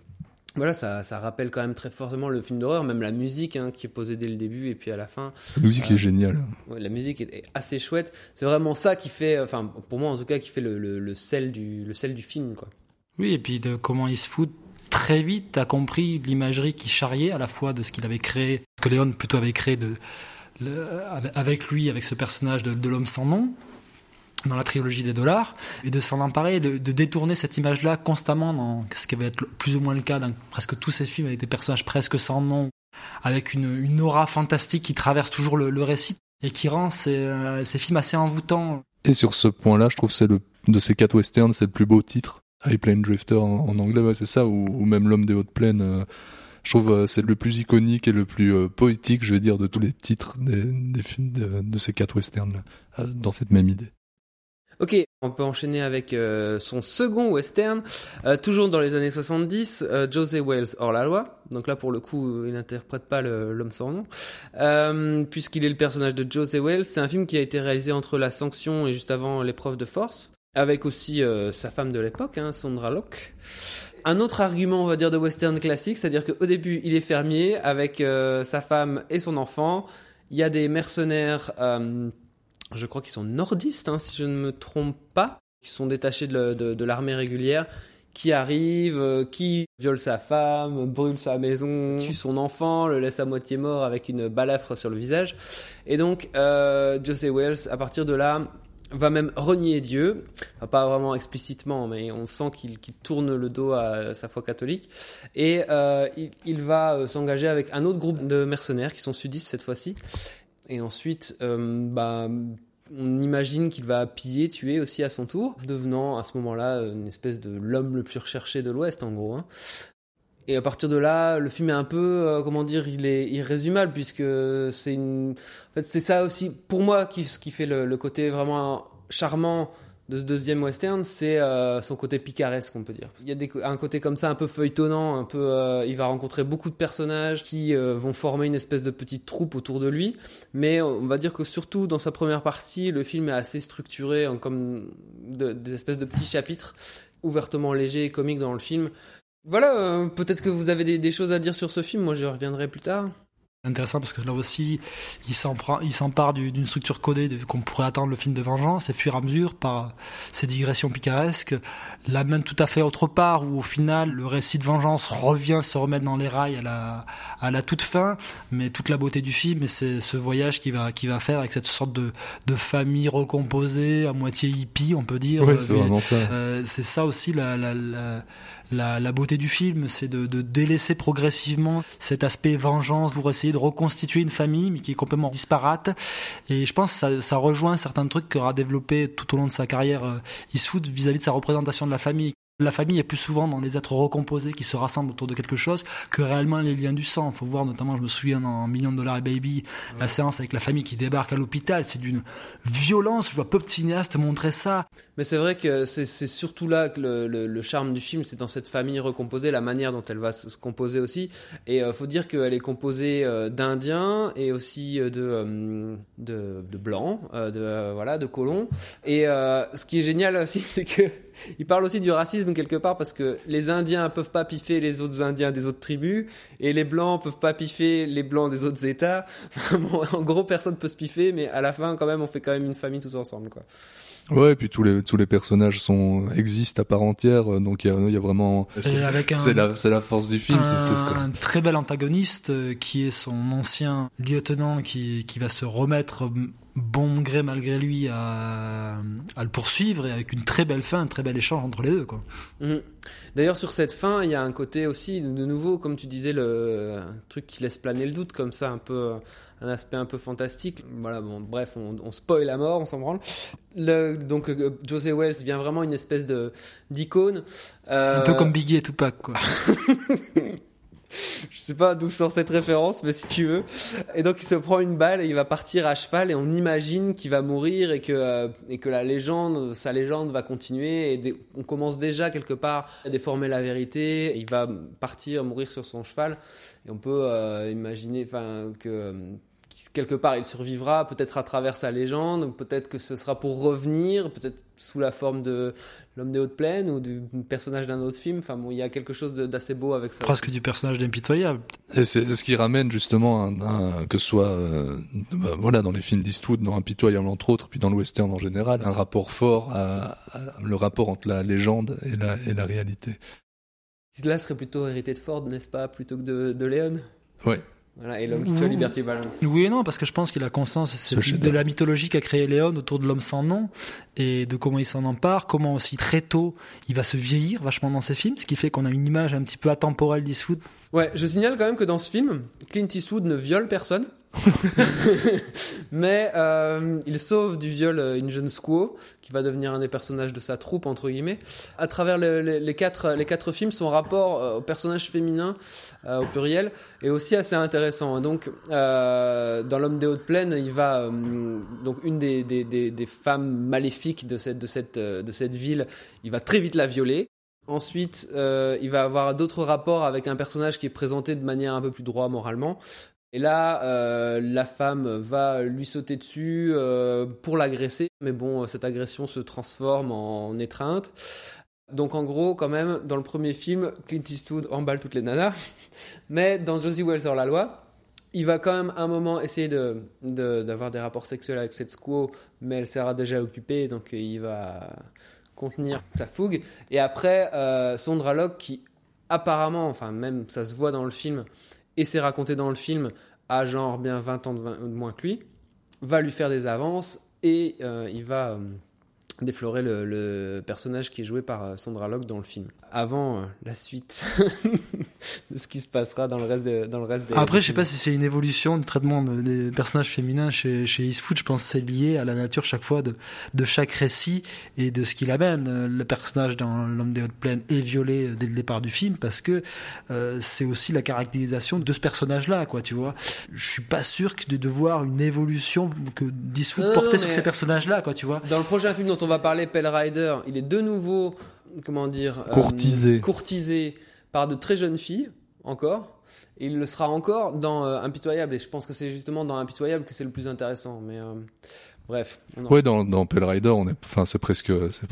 Ça rappelle quand même très fortement le film d'horreur, même la musique, hein, qui est posée dès le début et puis à la fin. La musique est géniale. Ouais, la musique est assez chouette. C'est vraiment ça qui fait, pour moi en tout cas, qui fait le sel du film, quoi. Oui, et puis de comment Eastwood très vite a compris l'imagerie qui charriait à la fois de ce qu'il avait créé, ce que Leone plutôt avait créé avec lui, avec ce personnage de l'homme sans nom dans la trilogie des $, et de s'en emparer, de détourner cette image-là constamment dans ce qui va être plus ou moins le cas dans presque tous ces films avec des personnages presque sans nom, avec une aura fantastique qui traverse toujours le récit et qui rend ces films assez envoûtants. Et sur ce point-là, je trouve que de ces 4 westerns, c'est le plus beau titre. High Plains Drifter en anglais, ouais, c'est ça, ou même L'homme des hautes plaines. Je trouve c'est le plus iconique et le plus poétique, je veux dire, de tous les titres des films de ces 4 westerns dans cette même idée. Ok, on peut enchaîner avec son second western, toujours dans les années 70, Josey Wales hors la loi. Donc là, pour le coup, il n'interprète pas l'homme sans nom, puisqu'il est le personnage de Josey Wales. C'est un film qui a été réalisé entre La Sanction et juste avant L'épreuve de force, avec aussi sa femme de l'époque, hein, Sondra Locke. Un autre argument, on va dire, de western classique, c'est-à-dire qu'au début, il est fermier avec sa femme et son enfant. Il y a des mercenaires... je crois qu'ils sont nordistes, hein, si je ne me trompe pas, qui sont détachés de l'armée régulière, qui arrivent, qui violent sa femme, brûlent sa maison, tue son enfant, le laisse à moitié mort avec une balafre sur le visage. Et donc, Josey Wales, à partir de là, va même renier Dieu, enfin, pas vraiment explicitement, mais on sent qu'il tourne le dos à sa foi catholique, et il va s'engager avec un autre groupe de mercenaires qui sont sudistes cette fois-ci, et ensuite on imagine qu'il va piller, tuer aussi à son tour, devenant à ce moment-là une espèce de l'homme le plus recherché de l'Ouest en gros, hein. Et à partir de là, le film est un peu, il est irrésumable, puisque en fait, c'est ça aussi, pour moi, qui fait le côté vraiment charmant de ce deuxième western, c'est son côté picaresque, on peut dire. Il y a un côté comme ça, un peu feuilletonnant, un peu, il va rencontrer beaucoup de personnages qui vont former une espèce de petite troupe autour de lui, mais on va dire que surtout dans sa première partie, le film est assez structuré comme des espèces de petits chapitres, ouvertement légers et comiques dans le film. Voilà, peut-être que vous avez des choses à dire sur ce film, moi je reviendrai plus tard. Intéressant parce que là aussi il s'empare d'une structure codée qu'on pourrait attendre le film de vengeance, et fuir à mesure par ses digressions picaresques l'amène tout à fait autre part, où au final le récit de vengeance revient se remettre dans les rails à la toute fin, mais toute la beauté du film, et c'est ce voyage qu'il va faire avec cette sorte de famille recomposée à moitié hippie, on peut dire. Ouais, c'est vraiment ça. C'est ça aussi la beauté du film, c'est de délaisser progressivement cet aspect vengeance pour essayer de reconstituer une famille, mais qui est complètement disparate. Et je pense que ça rejoint certains trucs qu'aura développé tout au long de sa carrière Eastwood vis-à-vis de sa représentation de la famille. La famille est plus souvent dans les êtres recomposés qui se rassemblent autour de quelque chose que réellement les liens du sang. Il faut voir notamment, je me souviens dans $1 Million Baby, la séance avec la famille qui débarque à l'hôpital, c'est d'une violence. Je vois peu de cinéastes montrer ça. Mais c'est vrai que c'est surtout là que le charme du film, c'est dans cette famille recomposée, la manière dont elle va se composer aussi. Et faut dire qu'elle est composée d'Indiens et aussi de blancs, de colons. Et ce qui est génial aussi, c'est que il parle aussi du racisme quelque part, parce que les Indiens peuvent pas piffer les autres Indiens des autres tribus, et les Blancs peuvent pas piffer les Blancs des autres États. Bon, en gros, personne peut se piffer, mais à la fin, quand même, on fait quand même une famille tous ensemble, quoi. Ouais, et puis tous les personnages existent à part entière, donc il y a vraiment, c'est la force du film, un très bel antagoniste qui est son ancien lieutenant qui va se remettre bon gré malgré lui à le poursuivre, et avec une très belle fin, un très bel échange entre les deux, quoi. D'ailleurs, sur cette fin, il y a un côté aussi, de nouveau, comme tu disais, un truc qui laisse planer le doute, comme ça, un peu, un aspect un peu fantastique. Voilà, bon, bref, on spoil à mort, on s'en branle. Donc, José Wells devient vraiment une espèce d'icône. Un peu comme Biggie et Tupac, quoi. Je sais pas d'où sort cette référence, mais si tu veux. Et donc il se prend une balle et il va partir à cheval, et on imagine qu'il va mourir, et que sa légende va continuer, et on commence déjà quelque part à déformer la vérité, et il va mourir sur son cheval, et on peut imaginer que quelque part il survivra, peut-être à travers sa légende, peut-être que ce sera pour revenir, peut-être sous la forme de l'homme des hautes plaines ou du personnage d'un autre film. Enfin bon, il y a quelque chose d'assez beau avec ça. Presque du personnage d'impitoyable. Et c'est ce qui ramène justement que ce soit dans les films d'Eastwood, dans Impitoyable entre autres, puis dans le western en général, un rapport fort le rapport entre la légende et la réalité. Là serait plutôt hérité de Ford, n'est-ce pas, plutôt que de Léon. Ouais. Voilà, et l'homme qui tue Liberty Valance. Oui et non, parce que je pense qu'il a conscience de la mythologie qu'a créé Léon autour de l'homme sans nom, et de comment il s'en empare, comment aussi très tôt il va se vieillir vachement dans ses films, ce qui fait qu'on a une image un petit peu atemporelle d'Eastwood. Ouais, je signale quand même que dans ce film, Clint Eastwood ne viole personne. Mais il sauve du viol une jeune squaw qui va devenir un des personnages de sa troupe, entre guillemets. À travers les quatre films, son rapport au personnage féminin, au pluriel, est aussi assez intéressant. Donc dans L'homme des hautes plaines, il va donc une des femmes maléfiques de cette ville, il va très vite la violer. Ensuite, il va avoir d'autres rapports avec un personnage qui est présenté de manière un peu plus droit moralement. Et là, la femme va lui sauter dessus pour l'agresser. Mais bon, cette agression se transforme en étreinte. Donc en gros, quand même, dans le premier film, Clint Eastwood emballe toutes les nanas. Mais dans Josie Wells hors la loi, il va quand même un moment essayer d'avoir des rapports sexuels avec cette squaw, mais elle sera déjà occupée, donc il va contenir sa fougue. Et après, Sondra Locke, qui apparemment, enfin même ça se voit dans le film, et c'est raconté dans le film, à genre bien 20 ans de moins que lui, va lui faire des avances, et il va déflorer le personnage qui est joué par Sondra Locke dans le film. Avant la suite de ce qui se passera dans le reste des... Après, je sais pas si c'est une évolution du traitement des personnages féminins chez Eastwood. Je pense que c'est lié à la nature chaque fois de chaque récit et de ce qu'il amène. Le personnage dans L'Homme des Hautes Plaines est violé dès le départ du film parce que c'est aussi la caractérisation de ce personnage-là, quoi, tu vois. Je suis pas sûr de voir une évolution que Eastwood portait sur ces personnages-là, quoi, tu vois. Dans le prochain film dont on va parler, Pale Rider, il est de nouveau, comment dire, courtisé par de très jeunes filles, encore. Et il le sera encore dans Impitoyable. Et je pense que c'est justement dans Impitoyable que c'est le plus intéressant. Mais bref. Ouais, dans Pale Rider, c'est presque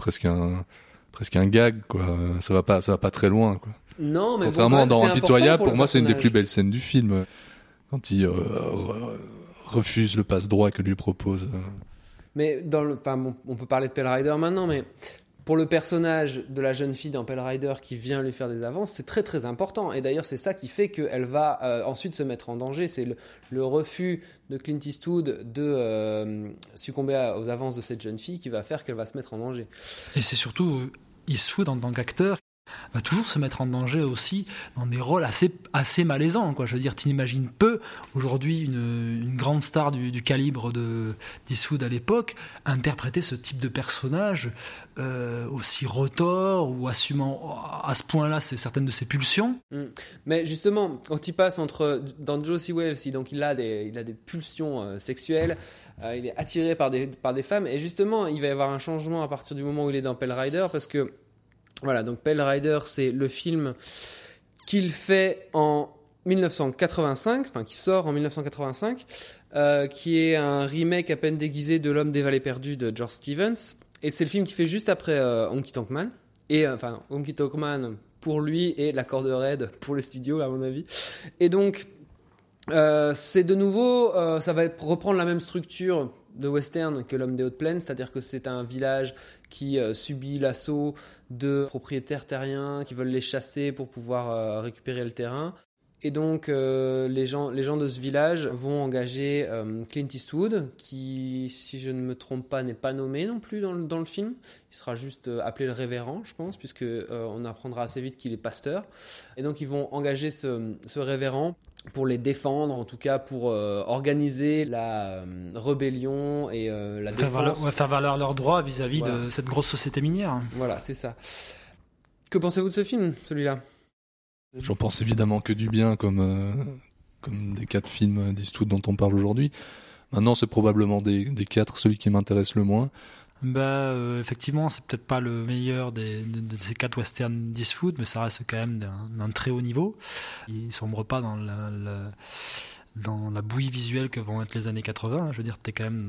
un gag, quoi. Ça va pas très loin, quoi. Non, mais contrairement bon, dans Impitoyable, pour moi, c'est une des plus belles scènes du film. Quand il refuse le passe-droit que lui propose. Mais on peut parler de Pale Rider maintenant, mais pour le personnage de la jeune fille dans Pale Rider qui vient lui faire des avances, c'est très très important. Et d'ailleurs, c'est ça qui fait qu'elle va ensuite se mettre en danger. C'est le refus de Clint Eastwood de succomber aux avances de cette jeune fille qui va faire qu'elle va se mettre en danger. Et c'est surtout Eastwood en tant qu'acteur va toujours se mettre en danger aussi dans des rôles assez malaisants, quoi. Je veux dire, t'imagines peu aujourd'hui une grande star du calibre d'Eastwood à l'époque interpréter ce type de personnage aussi retors ou assumant à ce point-là certaines de ses pulsions. Mais justement, quand il passe dans Josie Wells, donc il a des pulsions sexuelles, il est attiré par des femmes, et justement il va y avoir un changement à partir du moment où il est dans Pale Rider, parce que voilà, donc Pale Rider, c'est le film qu'il fait en 1985, enfin qui sort en 1985, qui est un remake à peine déguisé de L'Homme des Vallées Perdues de George Stevens, et c'est le film qui fait juste après Honky Tonk Man, et Honky Tonk Man pour lui et La Corde Raide pour les studios à mon avis, et donc c'est de nouveau, ça va reprendre la même structure de western que L'Homme des Hautes Plaines, c'est-à-dire que c'est un village qui subit l'assaut de propriétaires terriens qui veulent les chasser pour pouvoir récupérer le terrain. Et donc les gens de ce village vont engager Clint Eastwood, qui, si je ne me trompe pas, n'est pas nommé non plus dans le film. Il sera juste appelé le révérend, je pense, puisque on apprendra assez vite qu'il est pasteur. Et donc ils vont engager ce révérend pour les défendre, en tout cas pour organiser la rébellion et la défense. Faire valoir leurs droits vis-à-vis de cette grosse société minière. Voilà, c'est ça. Que pensez-vous de ce film, celui-là ? J'en pense évidemment que du bien, comme des 4 films d'Eastwood dont on parle aujourd'hui. Maintenant, c'est probablement des 4 celui qui m'intéresse le moins. Effectivement, c'est peut-être pas le meilleur de ces 4 westerns d'Eastwood, mais ça reste quand même d'un très haut niveau. Il sombre pas dans la bouillie visuelle que vont être les années 80. Je veux dire, t'es quand même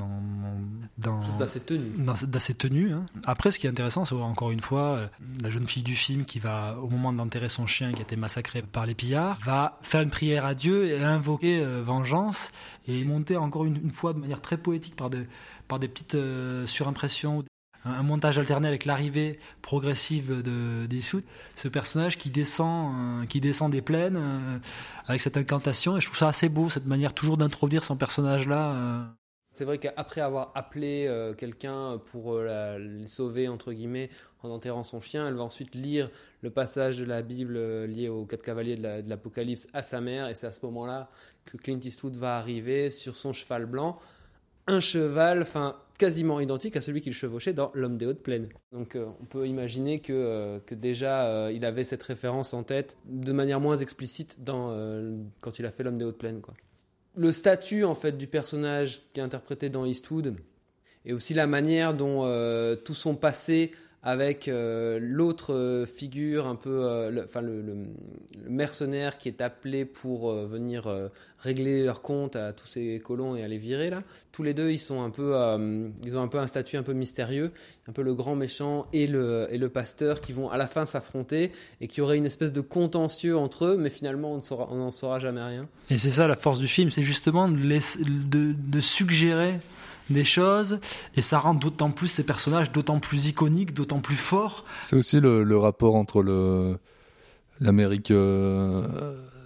d'assez tenue. Hein. Après, ce qui est intéressant, c'est encore une fois la jeune fille du film qui va, au moment d'enterrer son chien qui a été massacré par les pillards, va faire une prière à Dieu et invoquer vengeance, et monter encore une fois de manière très poétique par des petites surimpressions, un montage alterné avec l'arrivée progressive d'Eastwood, ce personnage qui descend des plaines avec cette incantation, et je trouve ça assez beau, cette manière toujours d'introduire son personnage là. C'est vrai qu'après avoir appelé quelqu'un pour les sauver entre guillemets en enterrant son chien, elle va ensuite lire le passage de la Bible lié aux 4 cavaliers de l'Apocalypse à sa mère, et c'est à ce moment-là que Clint Eastwood va arriver sur son cheval blanc, un cheval quasiment identique à celui qu'il chevauchait dans L'Homme des Hautes Plaines. Donc on peut imaginer que déjà il avait cette référence en tête de manière moins explicite quand il a fait L'Homme des Hautes Plaines, quoi. Le statut en fait du personnage qui est interprété dans Eastwood, et aussi la manière dont tout son passé avec l'autre figure un peu, le mercenaire qui est appelé pour venir régler leur compte à tous ces colons et à les virer là. Tous les deux, ils ont un peu un statut un peu mystérieux, un peu le grand méchant et le pasteur qui vont à la fin s'affronter, et qui aurait une espèce de contentieux entre eux, mais finalement on n'en saura jamais rien. Et c'est ça la force du film, c'est justement de suggérer des choses, et ça rend d'autant plus ces personnages d'autant plus iconiques, d'autant plus forts. C'est aussi le rapport entre l'Amérique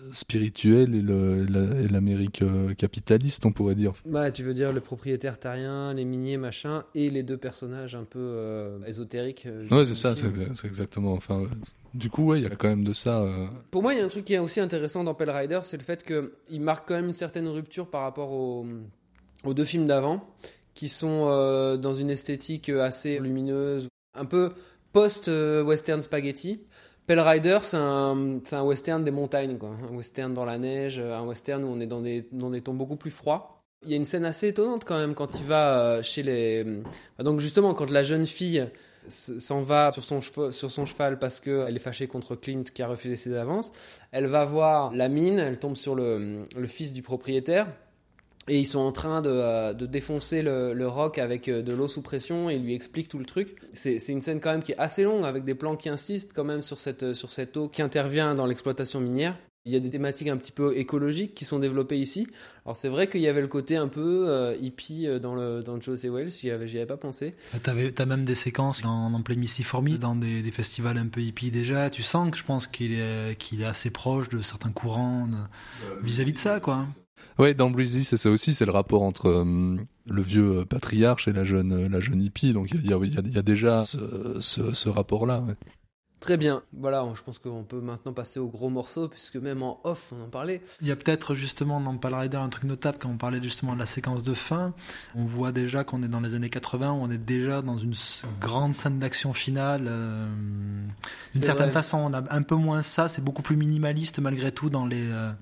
spirituel et l'Amérique capitaliste, on pourrait dire. Bah, tu veux dire le propriétaire terrien, les miniers, machin, et les deux personnages un peu ésotériques. Ouais, c'est ça, c'est exactement. Enfin, du coup, ouais, il y a quand même de ça. Pour moi, il y a un truc qui est aussi intéressant dans Pale Rider, c'est le fait qu'il marque quand même une certaine rupture par rapport aux deux films d'avant, qui sont dans une esthétique assez lumineuse, un peu post-western spaghetti. Pale Rider, c'est un western des montagnes, quoi. Un western dans la neige, un western où on est dans des tons beaucoup plus froids. Il y a une scène assez étonnante quand même quand il va chez les... Donc justement, quand la jeune fille s'en va sur son cheval parce qu'elle est fâchée contre Clint qui a refusé ses avances, elle va voir la mine, elle tombe sur le fils du propriétaire. Et ils sont en train de défoncer le roc avec de l'eau sous pression et il lui explique tout le truc. C'est une scène quand même qui est assez longue avec des plans qui insistent quand même sur cette eau qui intervient dans l'exploitation minière. Il y a des thématiques un petit peu écologiques qui sont développées ici. Alors c'est vrai qu'il y avait le côté un peu hippie dans José Wales, j'y avais pas pensé. T'as même des séquences en plein Mistiformi, dans des festivals un peu hippies déjà. Tu sens que je pense qu'il est assez proche de certains courants vis-à-vis de ça, quoi. Ouais, dans Breezy, c'est ça aussi, c'est le rapport entre le vieux patriarche et la jeune hippie. Donc il y a déjà ce rapport-là. Ouais. Très bien. Voilà, je pense qu'on peut maintenant passer au gros morceau, puisque même en off, on en parlait. Il y a peut-être justement dans Pale Rider un truc notable quand on parlait justement de la séquence de fin. On voit déjà qu'on est dans les années 80, où on est déjà dans une grande scène d'action finale. D'une certaine façon, on a un peu moins ça, c'est beaucoup plus minimaliste malgré tout dans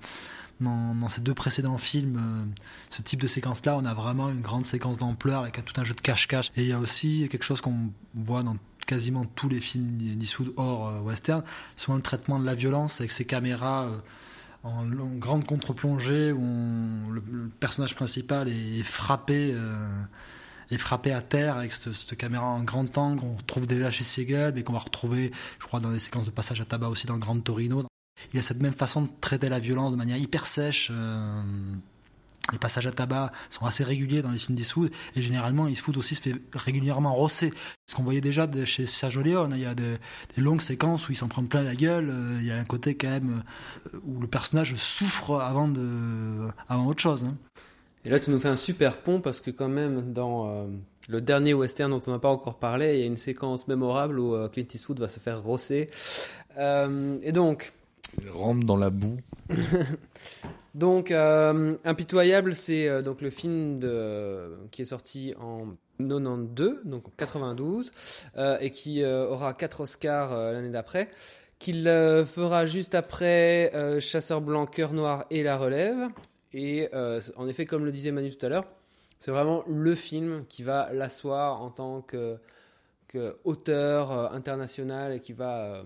ces deux précédents films, ce type de séquence-là, on a vraiment une grande séquence d'ampleur avec tout un jeu de cache-cache. Et il y a aussi quelque chose qu'on voit dans quasiment tous les films d'Eastwood hors western, souvent le traitement de la violence avec ces caméras en grande contre-plongée où le personnage principal est frappé à terre avec cette caméra en grand angle qu'on retrouve déjà chez Siegel, mais qu'on va retrouver, je crois, dans des séquences de passage à tabac aussi dans Grand Torino. Il a cette même façon de traiter la violence de manière hyper sèche. Les passages à tabac sont assez réguliers dans les films d'Eastwood, et généralement Eastwood aussi se fait régulièrement rosser. Ce qu'on voyait déjà chez Sergio Leone, il y a des longues séquences où il s'en prend plein la gueule. Il y a un côté quand même où le personnage souffre avant autre chose. Hein. Et là, tu nous fais un super pont parce que quand même dans le dernier western dont on n'a pas encore parlé, il y a une séquence mémorable où Clint Eastwood va se faire rosser. Et donc... Il rampe dans la boue. Donc, Impitoyable, c'est donc le film qui est sorti en 92, donc en 92, et qui aura 4 Oscars l'année d'après, qu'il fera juste après Chasseur blanc, Cœur noir et La Relève. Et en effet, comme le disait Manu tout à l'heure, c'est vraiment le film qui va l'asseoir en tant qu'auteur international et qui va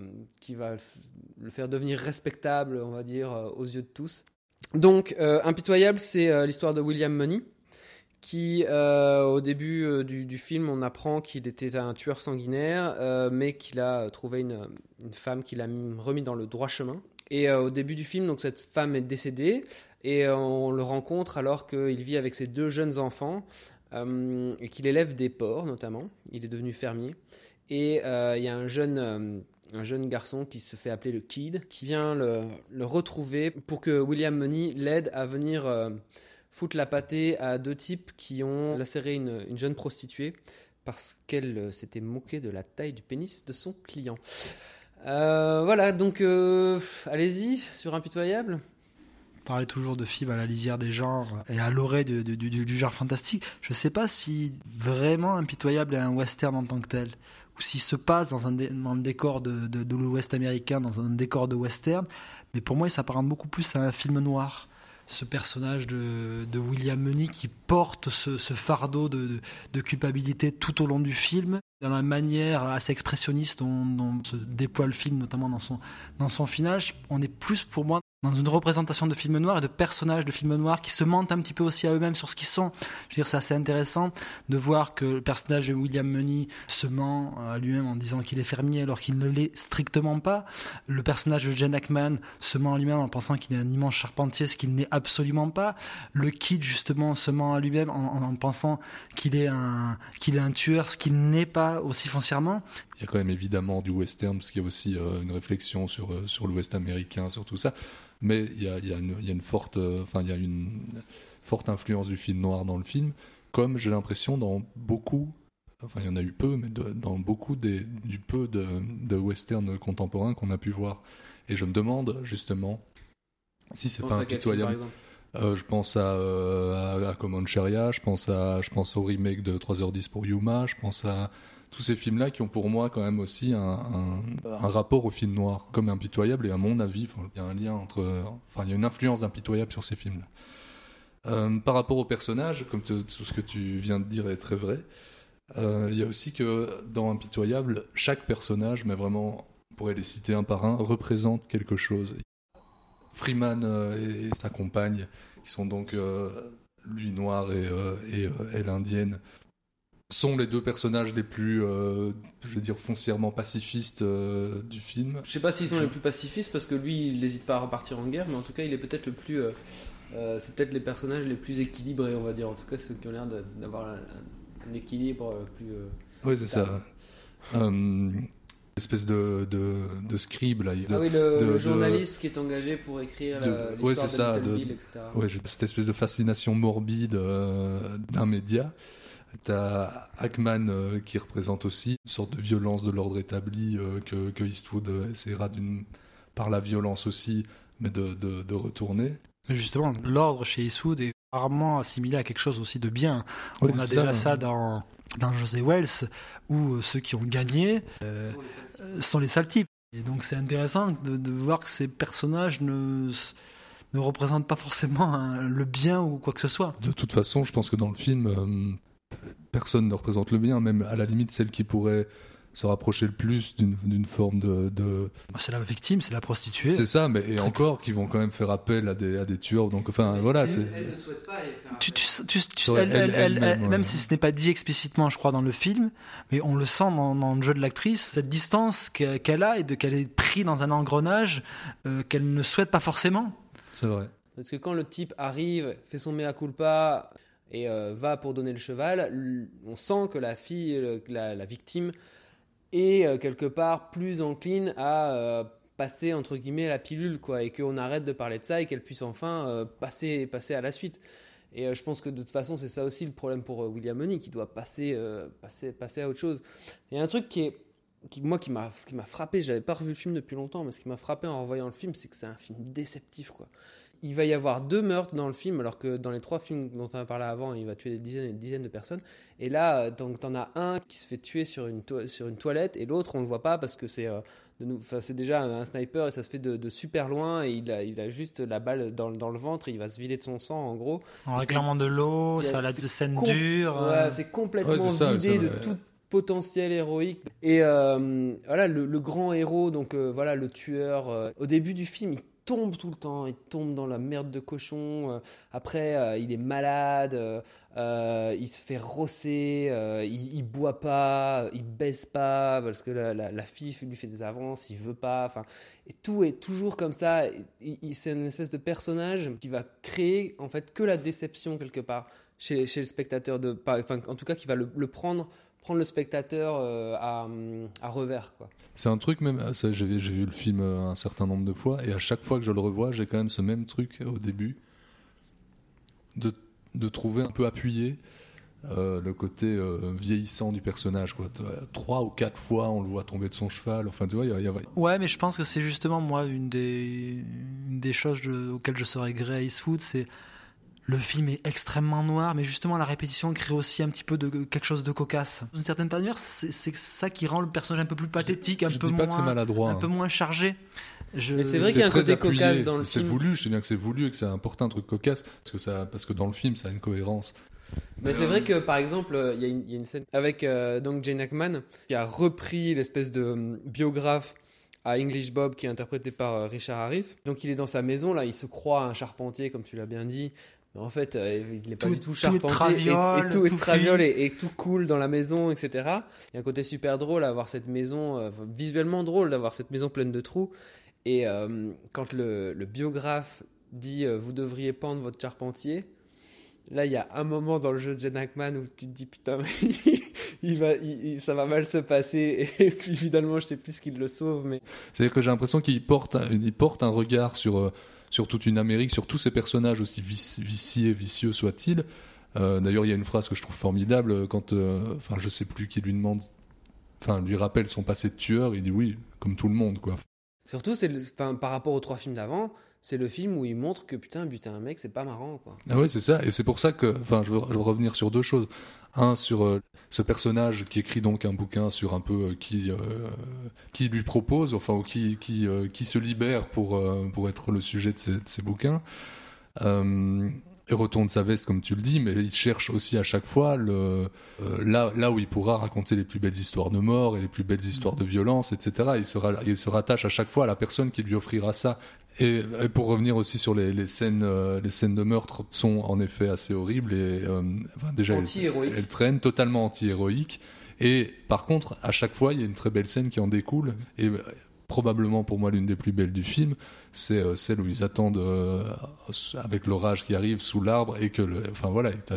le faire devenir respectable, on va dire, aux yeux de tous. Donc, Impitoyable, c'est l'histoire de William Munny, qui, au début du film, on apprend qu'il était un tueur sanguinaire, mais qu'il a trouvé une femme qui l'a remis dans le droit chemin. Et au début du film, donc cette femme est décédée, et on le rencontre alors qu'il vit avec ses 2 jeunes enfants, et qu'il élève des porcs notamment. Il est devenu fermier. Et il y a un jeune garçon qui se fait appeler le Kid, qui vient le retrouver pour que William Munny l'aide à venir foutre la pâtée à 2 types qui ont lacéré une jeune prostituée parce qu'elle s'était moquée de la taille du pénis de son client. Voilà, donc allez-y sur Impitoyable. Parler toujours de films à la lisière des genres et à l'orée du genre fantastique. Je sais pas si vraiment Impitoyable est un western en tant que tel, ou s'il se passe dans le décor de l'Ouest américain, dans un décor de western, mais pour moi il s'apparente beaucoup plus à un film noir. Ce personnage de William Munny qui porte ce fardeau de culpabilité tout au long du film, dans la manière assez expressionniste dont se déploie le film, notamment dans son final. On est plus pour moi dans une représentation de film noir et de personnages de film noir qui se mentent un petit peu aussi à eux-mêmes sur ce qu'ils sont. Je veux dire, c'est assez intéressant de voir que le personnage de William Munny se ment à lui-même en disant qu'il est fermier alors qu'il ne l'est strictement pas. Le personnage de Gene Hackman se ment à lui-même en pensant qu'il est un immense charpentier, ce qu'il n'est absolument pas. Le Kid, justement, se ment à lui-même en pensant qu'il est un tueur, ce qu'il n'est pas aussi foncièrement. Il y a quand même évidemment du western, parce qu'il y a aussi une réflexion sur l'Ouest américain, sur tout ça. Mais il y a une forte influence du film noir dans le film, comme j'ai l'impression dans beaucoup, enfin il y en a eu peu, mais dans beaucoup du peu de westerns contemporains qu'on a pu voir. Et je me demande justement si c'est pas impitoyable. Je pense à Comancheria, je pense au remake de 3h10 pour Yuma, je pense à tous ces films-là qui ont pour moi quand même aussi un rapport au film noir comme impitoyable, et à mon avis, il y a un lien il y a une influence d'impitoyable sur ces films-là. Par rapport aux personnages, comme tout ce que tu viens de dire est très vrai, il y a aussi que dans Impitoyable, chaque personnage, mais vraiment, on pourrait les citer un par un, représente quelque chose. Freeman et sa compagne, qui sont donc lui noir et elle indienne, sont les deux personnages les plus, je veux dire, foncièrement pacifistes du film. Je sais pas s'ils sont les plus pacifistes, parce que lui, il n'hésite pas à repartir en guerre, mais en tout cas, il est peut-être le plus... c'est peut-être les personnages les plus équilibrés, on va dire. En tout cas, ceux qui ont l'air d'avoir un équilibre plus... oui, c'est stable. Ça. Espèce de scribe là. Le journaliste qui est engagé pour écrire l'histoire de Little Bill, etc. Ouais, cette espèce de fascination morbide d'un média. T'as Hackman qui représente aussi une sorte de violence de l'ordre établi que Eastwood essaiera par la violence aussi, mais de retourner. Justement, l'ordre chez Eastwood est rarement assimilé à quelque chose aussi de bien. Oui, on a déjà ça dans José Wells, où ceux qui ont gagné sont les sales types. Et donc c'est intéressant de voir que ces personnages ne représentent pas forcément le bien ou quoi que ce soit. De toute façon, je pense que dans le film, personne ne représente le bien, même à la limite celle qui pourrait se rapprocher le plus d'une forme de... C'est la victime, c'est la prostituée. C'est ça, mais encore qui vont quand même faire appel à des tueurs. Donc, enfin, voilà. Elle ne souhaite pas même si ce n'est pas dit explicitement, je crois, dans le film, mais on le sent dans le jeu de l'actrice, cette distance qu'elle a et qu'elle est prise dans un engrenage qu'elle ne souhaite pas forcément. C'est vrai. Parce que quand le type arrive, fait son mea culpa et va pour donner le cheval, on sent que la fille, la victime, est quelque part plus encline à passer entre guillemets la pilule, quoi, et qu'on arrête de parler de ça et qu'elle puisse enfin passer à la suite. Et je pense que de toute façon c'est ça aussi le problème pour William Honey, qui doit passer à autre chose. Il y a un truc qui m'a frappé, j'avais pas revu le film depuis longtemps, mais ce qui m'a frappé en revoyant le film, c'est que c'est un film déceptif, quoi. Il va y avoir 2 meurtres dans le film, alors que dans les 3 films dont on a parlé avant, il va tuer des dizaines et des dizaines de personnes. Et là, donc, t'en as un qui se fait tuer sur une toilette, et l'autre, on le voit pas parce que c'est déjà un sniper et ça se fait de super loin, et il a juste la balle dans le ventre et il va se vider de son sang, en gros. En réclamant de l'eau, ça a la scène dure. Ouais, c'est complètement vidé de tout potentiel héroïque. Et voilà, le grand héros, donc voilà, le tueur, au début du film, il tombe tout le temps, il tombe dans la merde de cochon, après il est malade, il se fait rosser, il boit pas, il baisse pas parce que la fille lui fait des avances, il veut pas, enfin, et tout est toujours comme ça. C'est une espèce de personnage qui va créer en fait que la déception quelque part chez le spectateur, en tout cas qui va le prendre le spectateur à revers, quoi. C'est un truc même, j'ai vu le film un certain nombre de fois, et à chaque fois que je le revois, j'ai quand même ce même truc au début de trouver un peu appuyé le côté vieillissant du personnage, quoi. 3 ou 4 fois on le voit tomber de son cheval, enfin tu vois, Ouais, mais je pense que c'est justement moi une des choses auxquelles je serais gré à Eastwood, c'est le film est extrêmement noir, mais justement la répétition crée aussi un petit peu de quelque chose de cocasse. D'une certaine manière, c'est ça qui rend le personnage un peu plus pathétique, un peu moins chargé. Mais c'est vrai qu'il y a un côté cocasse dans le film. C'est voulu, je sais bien que c'est voulu et que c'est important un truc cocasse, parce que dans le film ça a une cohérence. Mais c'est vrai que par exemple, il y a une scène avec donc Gene Hackman qui a repris l'espèce de biographe à English Bob qui est interprété par Richard Harris. Donc il est dans sa maison là, il se croit un charpentier comme tu l'as bien dit. Mais en fait, il n'est pas du tout charpentier, et tout est traviole et tout cool dans la maison, etc. Il y a un côté super drôle à voir cette maison, visuellement drôle d'avoir cette maison pleine de trous. Et quand le biographe dit vous devriez pendre votre charpentier, là il y a un moment dans le jeu de Gene Hackman où tu te dis putain, ça va mal se passer, et puis finalement je sais plus ce qui le sauve. Mais c'est-à-dire que j'ai l'impression qu'il porte un regard sur sur toute une Amérique, sur tous ces personnages aussi vicieux soient-ils. D'ailleurs, il y a une phrase que je trouve formidable quand, je sais plus qui lui demande, lui rappelle son passé de tueur. Il dit oui, comme tout le monde, quoi. Surtout, par rapport aux 3 films d'avant, c'est le film où il montre que putain, buter un mec, c'est pas marrant, quoi. Ah ouais, c'est ça. Et c'est pour ça que, je veux revenir sur 2 choses. Un, sur ce personnage qui écrit donc un bouquin sur un peu qui lui propose, ou qui se libère pour être le sujet de ces bouquins. Et retourne sa veste, comme tu le dis, mais il cherche aussi à chaque fois là où il pourra raconter les plus belles histoires de mort et les plus belles histoires de violence, etc. Il se rattache à chaque fois à la personne qui lui offrira ça. Et pour revenir aussi sur les scènes de meurtre sont en effet assez horribles et déjà elles traînent, totalement anti-héroïques. Et par contre, à chaque fois, il y a une très belle scène qui en découle. Et probablement pour moi l'une des plus belles du film, c'est celle où ils attendent avec l'orage qui arrive sous l'arbre et que t'as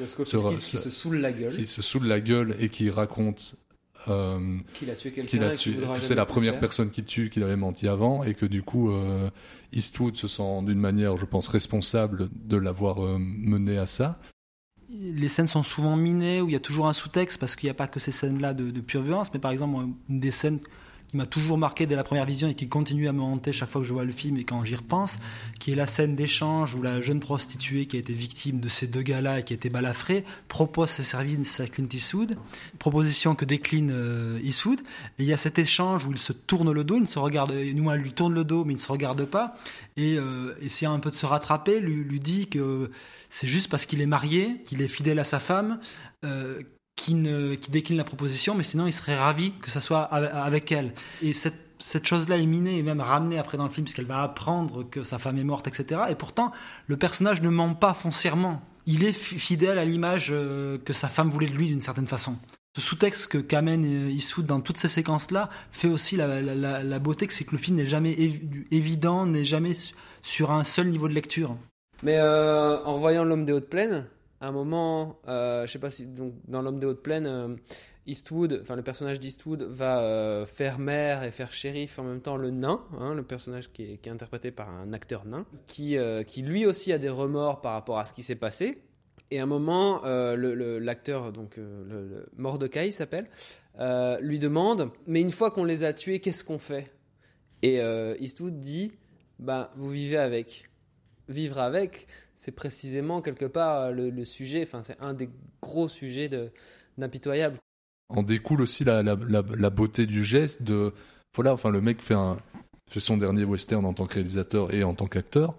qui se saoule la gueule. Qui se saoule la gueule et qui raconte qu'il a tué quelqu'un, que c'est la première personne qui tue, qu'il avait menti avant, et que du coup Eastwood se sent d'une manière, je pense, responsable de l'avoir mené à ça. Les scènes sont souvent minées, où il y a toujours un sous-texte, parce qu'il n'y a pas que ces scènes-là de pure violence, mais par exemple, une des scènes qui m'a toujours marqué dès la première vision et qui continue à me hanter chaque fois que je vois le film et quand j'y repense, qui est la scène d'échange où la jeune prostituée qui a été victime de ces 2 gars-là et qui a été balafrée propose ses services à Clint Eastwood, proposition que décline Eastwood, et il y a cet échange où il se tourne le dos, il ne se regarde, nous elle lui tourne le dos mais il ne se regarde pas, et essayant un peu de se rattraper, lui dit que c'est juste parce qu'il est marié, qu'il est fidèle à sa femme, qui décline la proposition, mais sinon il serait ravi que ça soit avec elle. Et cette chose-là est minée et même ramenée après dans le film, parce qu'elle va apprendre que sa femme est morte, etc. Et pourtant, le personnage ne ment pas foncièrement. Il est fidèle à l'image que sa femme voulait de lui, d'une certaine façon. Ce sous-texte que qu'amène Eastwood dans toutes ces séquences-là fait aussi la beauté, que c'est que le film n'est jamais évident, n'est jamais sur un seul niveau de lecture. Mais en revoyant L'Homme des Hautes Plaines, à un moment, je sais pas si donc dans L'Homme des Hautes Plaines, Eastwood, le personnage d'Eastwood va faire maire et faire shérif en même temps le nain, le personnage qui est interprété par un acteur nain, qui lui aussi a des remords par rapport à ce qui s'est passé. Et à un moment, l'acteur, donc le Mordecai s'appelle, lui demande, mais une fois qu'on les a tués, qu'est-ce qu'on fait ? Et Eastwood dit, vous vivez avec. Vivre avec, c'est précisément quelque part le sujet, c'est un des gros sujets d'Impitoyable. En découle aussi la beauté du geste de, le mec fait son dernier western en tant que réalisateur et en tant qu'acteur.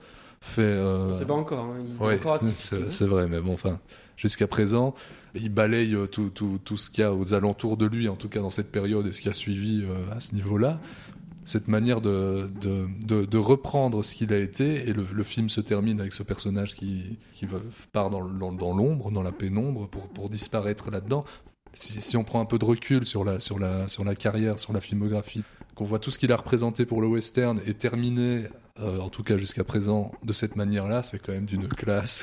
On sait pas encore, il est encore actif. C'est vrai, mais jusqu'à présent, il balaye tout ce qu'il y a aux alentours de lui, en tout cas dans cette période et ce qui a suivi à ce niveau-là. Cette manière de reprendre ce qu'il a été, et le film se termine avec ce personnage qui part dans l'ombre, dans la pénombre, pour disparaître là-dedans. Si on prend un peu de recul sur la carrière, sur la filmographie, qu'on voit tout ce qu'il a représenté pour le western et terminé, en tout cas jusqu'à présent, de cette manière-là, c'est quand même d'une classe.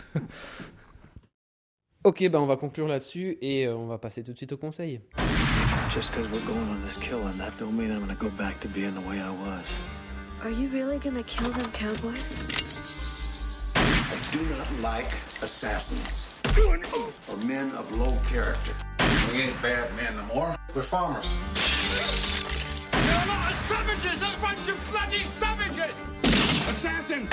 Ok, on va conclure là-dessus et on va passer tout de suite au conseil. Just because we're going on this killing, that don't mean I'm gonna go back to being the way I was. Are you really gonna kill them cowboys? I do not like assassins or men of low character. We ain't bad men no more. We're farmers. You're a lot of savages! A bunch of bloody savages! Assassins!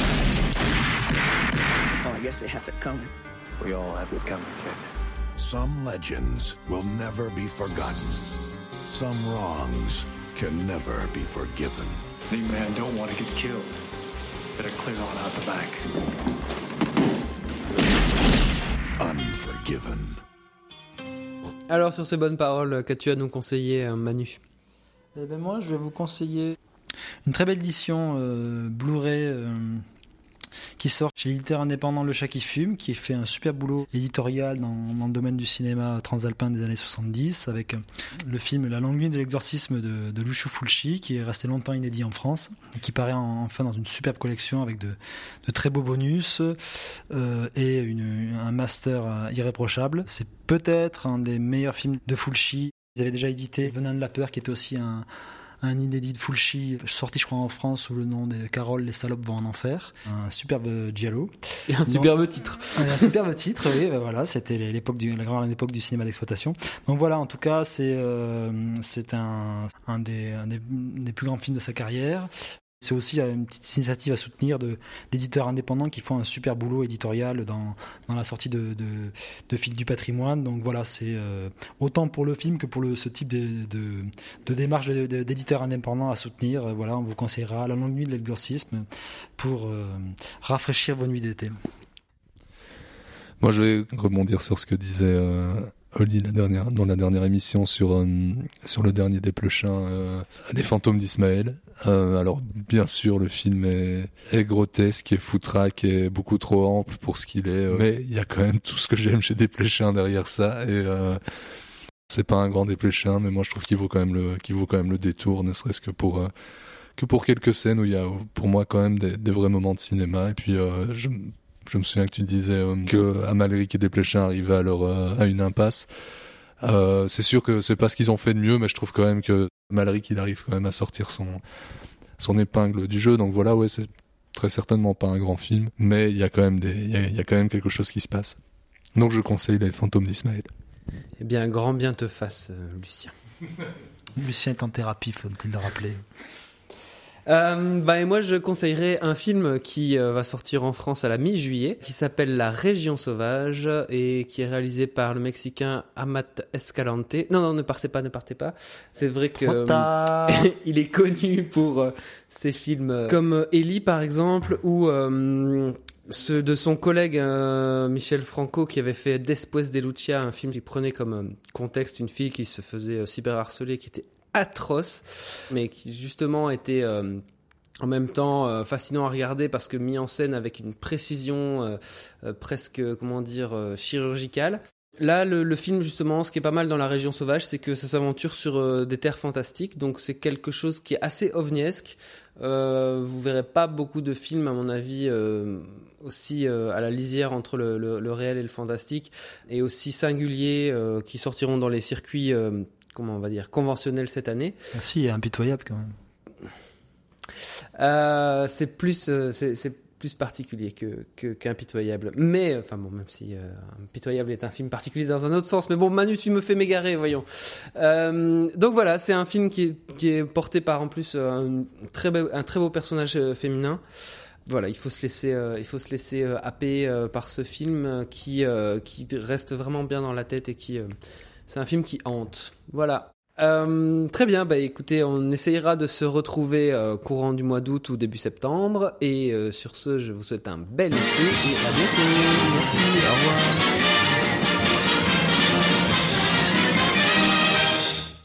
Oh, I guess they have it coming. We all have it coming, kid. Some legends will never be forgotten. Some wrongs can never be forgiven. The man don't want to get killed. Better clear on out the back. Unforgiven. Alors, sur ces bonnes paroles, qu'as-tu à nous conseiller, Manu ? Moi, je vais vous conseiller une très belle édition Blu-ray qui sort chez l'éditeur indépendant Le Chat qui Fume, qui fait un super boulot éditorial dans le domaine du cinéma transalpin des années 70, avec le film La longue nuit de l'exorcisme de Lucio Fulci, qui est resté longtemps inédit en France, et qui paraît enfin dans une superbe collection avec de très beaux bonus et un master irréprochable. C'est peut-être un des meilleurs films de Fulci. Ils avaient déjà édité Venin de la peur, qui était aussi un un inédit de Fulci, sorti je crois en France sous le nom de Carole, les salopes vont en enfer. Un superbe giallo. Et un superbe titre. Un superbe titre, oui, voilà, c'était la grande époque du cinéma d'exploitation. Donc voilà, en tout cas, c'est un des plus grands films de sa carrière. C'est aussi une petite initiative à soutenir d'éditeurs indépendants qui font un super boulot éditorial dans la sortie de Fil du patrimoine. Donc voilà, c'est autant pour le film que pour ce type de démarche d'éditeurs indépendants à soutenir. Voilà, on vous conseillera La longue nuit de l'exorcisme pour rafraîchir vos nuits d'été. Moi, je vais rebondir sur ce que disait Oli dans la dernière émission sur le dernier Desplechin, Les fantômes d'Ismaël. Alors bien sûr le film est grotesque, est foutraque, est beaucoup trop ample pour ce qu'il est, mais il y a quand même tout ce que j'aime chez Desplechin derrière ça, et c'est pas un grand Desplechin, mais moi je trouve qu'il vaut quand même le détour, ne serait-ce que pour quelques scènes où il y a pour moi quand même des vrais moments de cinéma. Et puis je me souviens que tu disais que Amalric et Desplechin arrivaient à une impasse. C'est sûr que c'est pas ce qu'ils ont fait de mieux, mais je trouve quand même que Amalric il arrive quand même à sortir son épingle du jeu. Donc voilà, ouais, c'est très certainement pas un grand film, mais il y a quand même quelque chose qui se passe. Donc je conseille Les fantômes d'Ismaël. Eh bien, grand bien te fasse, Lucien. Lucien est en thérapie, faut-il le rappeler. Et moi je conseillerais un film qui va sortir en France à la mi-juillet, qui s'appelle La Région sauvage et qui est réalisé par le Mexicain Amat Escalante. Non, ne partez pas. C'est vrai que il est connu pour ses films comme Ellie par exemple, ou ceux de son collègue Michel Franco qui avait fait Después de Lucia, un film qui prenait comme contexte une fille qui se faisait cyberharceler, qui était atroce, mais qui justement était en même temps fascinant à regarder parce que mis en scène avec une précision presque, chirurgicale. Là, le film, justement, ce qui est pas mal dans La Région sauvage, c'est que ça s'aventure sur des terres fantastiques, donc c'est quelque chose qui est assez ovniesque. Vous verrez pas beaucoup de films, à mon avis, aussi à la lisière entre le réel et le fantastique, et aussi singuliers, qui sortiront dans les circuits conventionnel cette année. Ah si, il est impitoyable quand même. C'est plus particulier qu'impitoyable. Mais, même si Impitoyable est un film particulier dans un autre sens. Mais bon, Manu, tu me fais m'égarer, voyons. Donc voilà, c'est un film qui est porté par, en plus, un très beau personnage féminin. Voilà, il faut se laisser happer par ce film qui reste vraiment bien dans la tête et qui... c'est un film qui hante. Voilà. Très bien. Écoutez, on essayera de se retrouver courant du mois d'août ou début septembre. Et sur ce, je vous souhaite un bel été et à bientôt. Merci. Au revoir.